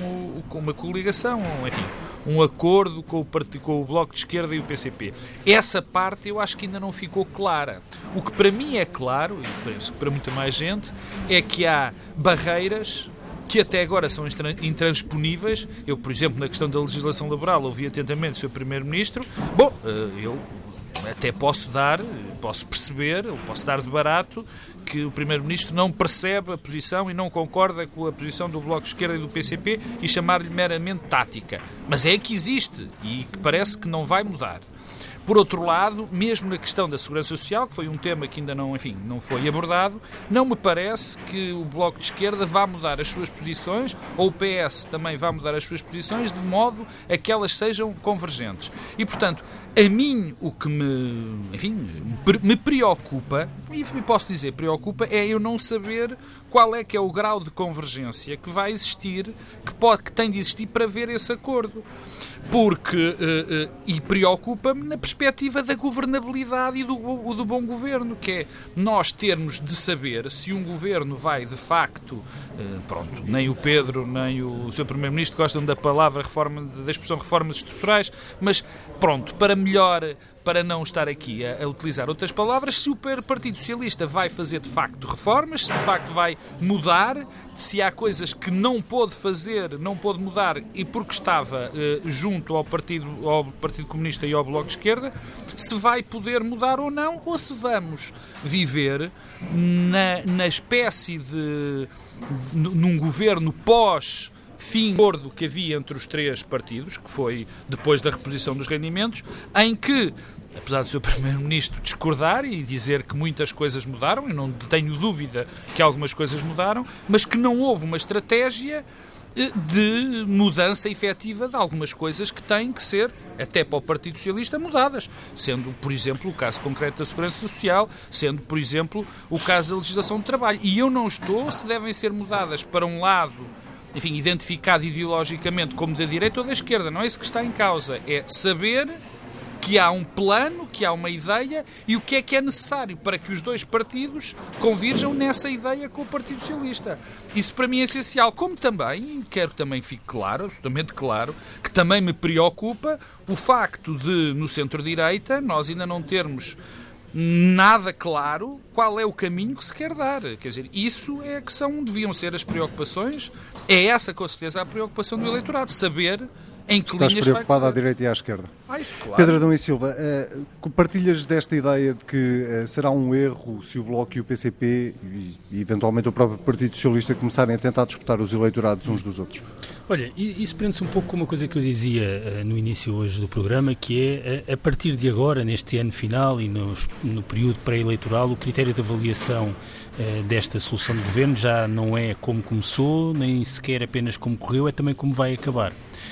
enfim, um acordo com o Bloco de Esquerda e o PCP. Essa parte eu acho que ainda não ficou clara. O que para mim é claro, e penso que para muita mais gente, é que há barreiras que até agora são intransponíveis. Eu, por exemplo, na questão da legislação laboral, ouvi atentamente o Sr. Primeiro-Ministro. Bom, eu até posso dar de barato que o Primeiro-Ministro não percebe a posição e não concorda com a posição do Bloco de Esquerda e do PCP e chamar-lhe meramente tática. Mas é que existe e que parece que não vai mudar. Por outro lado, mesmo na questão da segurança social, que foi um tema que ainda não foi abordado, não me parece que o Bloco de Esquerda vá mudar as suas posições, ou o PS também vá mudar as suas posições, de modo a que elas sejam convergentes. E, portanto, a mim o que me preocupa, e posso dizer preocupa, é eu não saber qual é que é o grau de convergência que vai existir, que tem de existir para ver esse acordo. E preocupa-me na perspectiva da governabilidade e do bom governo, que é nós termos de saber se um governo vai, de facto, nem o Pedro, nem o Sr. Primeiro-Ministro gostam da palavra da expressão reformas estruturais, mas para não estar aqui a utilizar outras palavras, se o Partido Socialista vai fazer de facto reformas, se de facto vai mudar, se há coisas que não pôde fazer, não pôde mudar e porque estava junto ao Partido Comunista e ao Bloco de Esquerda, se vai poder mudar ou não, ou se vamos viver na espécie num governo fim do acordo que havia entre os três partidos, que foi depois da reposição dos rendimentos, em que, apesar do Sr. Primeiro-Ministro discordar e dizer que muitas coisas mudaram, e não tenho dúvida que algumas coisas mudaram, mas que não houve uma estratégia de mudança efetiva de algumas coisas que têm que ser, até para o Partido Socialista, mudadas. Sendo, por exemplo, o caso concreto da Segurança Social, sendo, por exemplo, o caso da legislação de trabalho. E eu não estou se devem ser mudadas para um lado, identificado ideologicamente como da direita ou da esquerda. Não é isso que está em causa. É saber que há um plano, que há uma ideia e o que é necessário para que os dois partidos convirjam nessa ideia com o Partido Socialista. Isso para mim é essencial. Como também, quero que também fique claro, absolutamente claro, que também me preocupa o facto de, no centro-direita, nós ainda não termos nada claro qual é o caminho que se quer dar. Quer dizer, isso é que deviam ser as preocupações, é essa com certeza a preocupação do eleitorado, saber em que linhas vai. Estás preocupado à direita e à esquerda. Isso, claro. Pedro Adão e Silva, partilhas desta ideia de que será um erro se o Bloco e o PCP e eventualmente o próprio Partido Socialista começarem a tentar disputar os eleitorados uns dos outros? Olha, isso prende-se um pouco com uma coisa que eu dizia no início hoje do programa, que é, a partir de agora, neste ano final e no período pré-eleitoral, o critério de avaliação desta solução de governo já não é como começou, nem sequer apenas como correu, é também como vai acabar.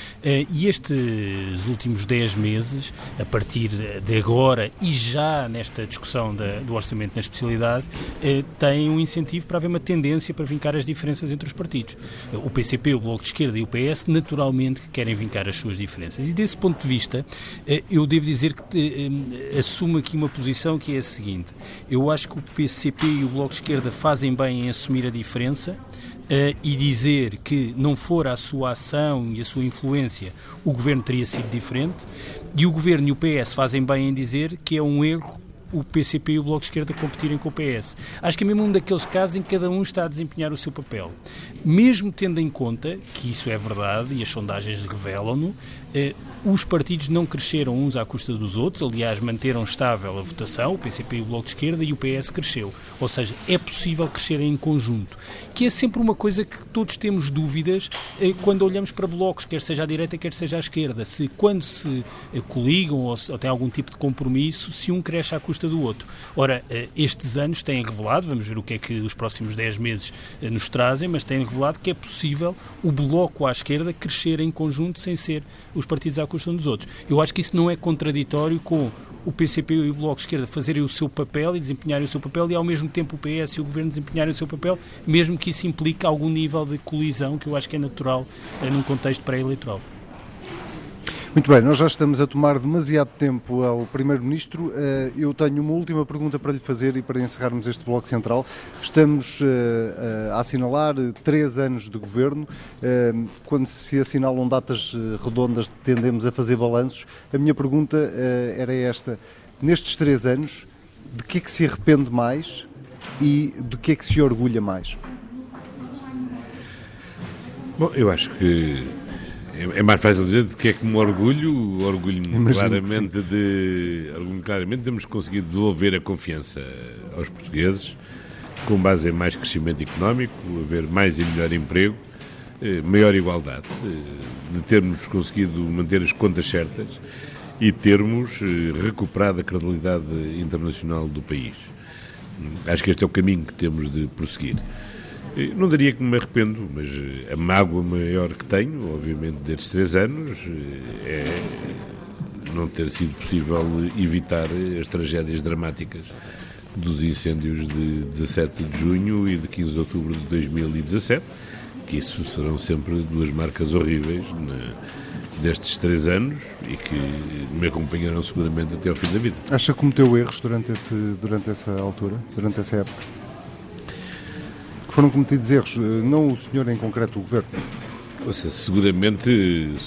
E estes últimos 10 meses, a partir de agora e já nesta discussão do orçamento na especialidade, têm um incentivo para haver uma tendência para vincar as diferenças entre os partidos. O PCP, o Bloco de Esquerda e o PS, naturalmente, querem vincar as suas diferenças. E desse ponto de vista, eu devo dizer que assumo aqui uma posição que é a seguinte: eu acho que o PCP e o Bloco de Esquerda fazem bem em assumir a diferença, e dizer que não for a sua ação e a sua influência, o governo teria sido diferente, e o governo e o PS fazem bem em dizer que é um erro o PCP e o Bloco de Esquerda competirem com o PS. Acho que é mesmo um daqueles casos em que cada um está a desempenhar o seu papel. Mesmo tendo em conta que isso é verdade, e as sondagens revelam-no, os partidos não cresceram uns à custa dos outros, aliás, manteram estável a votação, o PCP e o Bloco de Esquerda, e o PS cresceu. Ou seja, é possível crescer em conjunto, que é sempre uma coisa que todos temos dúvidas quando olhamos para blocos, quer seja à direita, quer seja à esquerda, se quando se coligam ou têm algum tipo de compromisso, se um cresce à custa do outro. Ora, estes anos têm revelado, vamos ver o que é que os próximos 10 meses nos trazem, mas têm revelado que é possível o bloco à esquerda crescer em conjunto sem ser os partidos à custa uns dos outros. Eu acho que isso não é contraditório com o PCP e o Bloco de Esquerda fazerem o seu papel e desempenharem o seu papel, e ao mesmo tempo o PS e o Governo desempenharem o seu papel, mesmo que isso implique algum nível de colisão, que eu acho que é natural num contexto pré-eleitoral. Muito bem, nós já estamos a tomar demasiado tempo ao Primeiro-Ministro. Eu tenho uma última pergunta para lhe fazer e para encerrarmos este bloco central. Estamos a assinalar 3 anos de governo. Quando se assinalam datas redondas, tendemos a fazer balanços. A minha pergunta era esta: nestes 3 anos, de que é que se arrepende mais e de que é que se orgulha mais? Bom, eu acho que é mais fácil dizer de que é que me orgulho-me claramente temos conseguido devolver a confiança aos portugueses, com base em mais crescimento económico, haver mais e melhor emprego, maior igualdade, de termos conseguido manter as contas certas e termos recuperado a credibilidade internacional do país. Acho que este é o caminho que temos de prosseguir. Não diria que me arrependo, mas a mágoa maior que tenho, obviamente, destes 3 anos, é não ter sido possível evitar as tragédias dramáticas dos incêndios de 17 de junho e de 15 de outubro de 2017, que isso serão sempre 2 marcas horríveis destes 3 anos e que me acompanharão seguramente até ao fim da vida. Acha que cometeu erros durante essa altura, durante essa época? Que foram cometidos erros, não o senhor em concreto, o Governo? Ou seja, seguramente,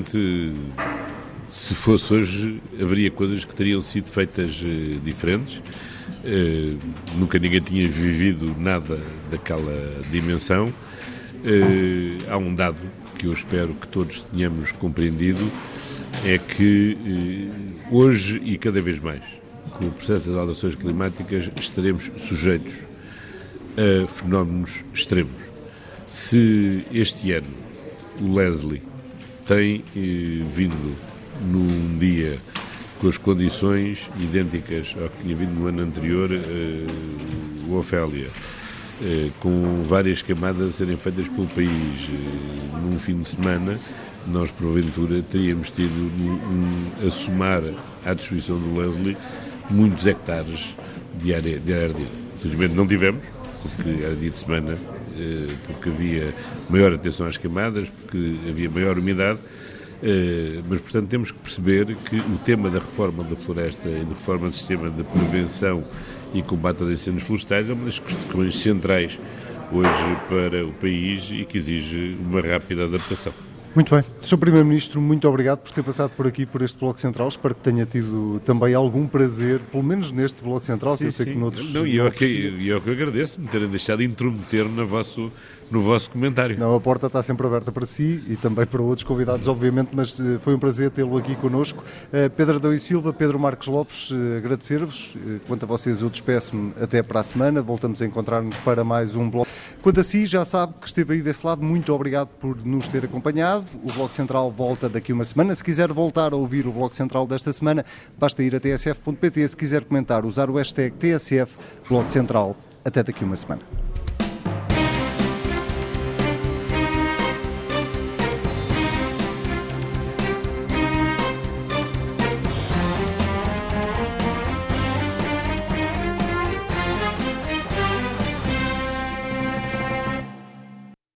se fosse hoje, haveria coisas que teriam sido feitas diferentes. Nunca ninguém tinha vivido nada daquela dimensão. Há um dado que eu espero que todos tenhamos compreendido, é que hoje e cada vez mais, com o processo das alterações climáticas, estaremos sujeitos a fenómenos extremos. Se este ano o Leslie tem vindo num dia com as condições idênticas ao que tinha vindo no ano anterior, o Ofélia, com várias camadas a serem feitas pelo país num fim de semana, nós porventura teríamos tido a somar à destruição do Leslie muitos hectares de área ardida. Infelizmente não tivemos, porque era dia de semana, porque havia maior atenção às camadas, porque havia maior umidade, mas portanto temos que perceber que o tema da reforma da floresta e da reforma do sistema de prevenção e combate aos incêndios florestais é uma das questões centrais hoje para o país e que exige uma rápida adaptação. Muito bem. Sr. Primeiro-Ministro, muito obrigado por ter passado por aqui, por este Bloco Central. Espero que tenha tido também algum prazer, pelo menos neste Bloco Central, sim, que eu sei que noutros... Não, e eu que agradeço me terem deixado intrometer no vosso comentário. Não, a porta está sempre aberta para si e também para outros convidados, obviamente, mas foi um prazer tê-lo aqui connosco. Pedro Adão e Silva, Pedro Marcos Lopes, agradecer-vos. Quanto a vocês, eu despeço-me até para a semana. Voltamos a encontrar-nos para mais um Bloco. Quanto a si, já sabe que esteve aí desse lado. Muito obrigado por nos ter acompanhado. O Bloco Central volta daqui uma semana. Se quiser voltar a ouvir o Bloco Central desta semana, basta ir a tsf.pt. Se quiser comentar, usar o hashtag TSF Bloco Central. Até daqui uma semana.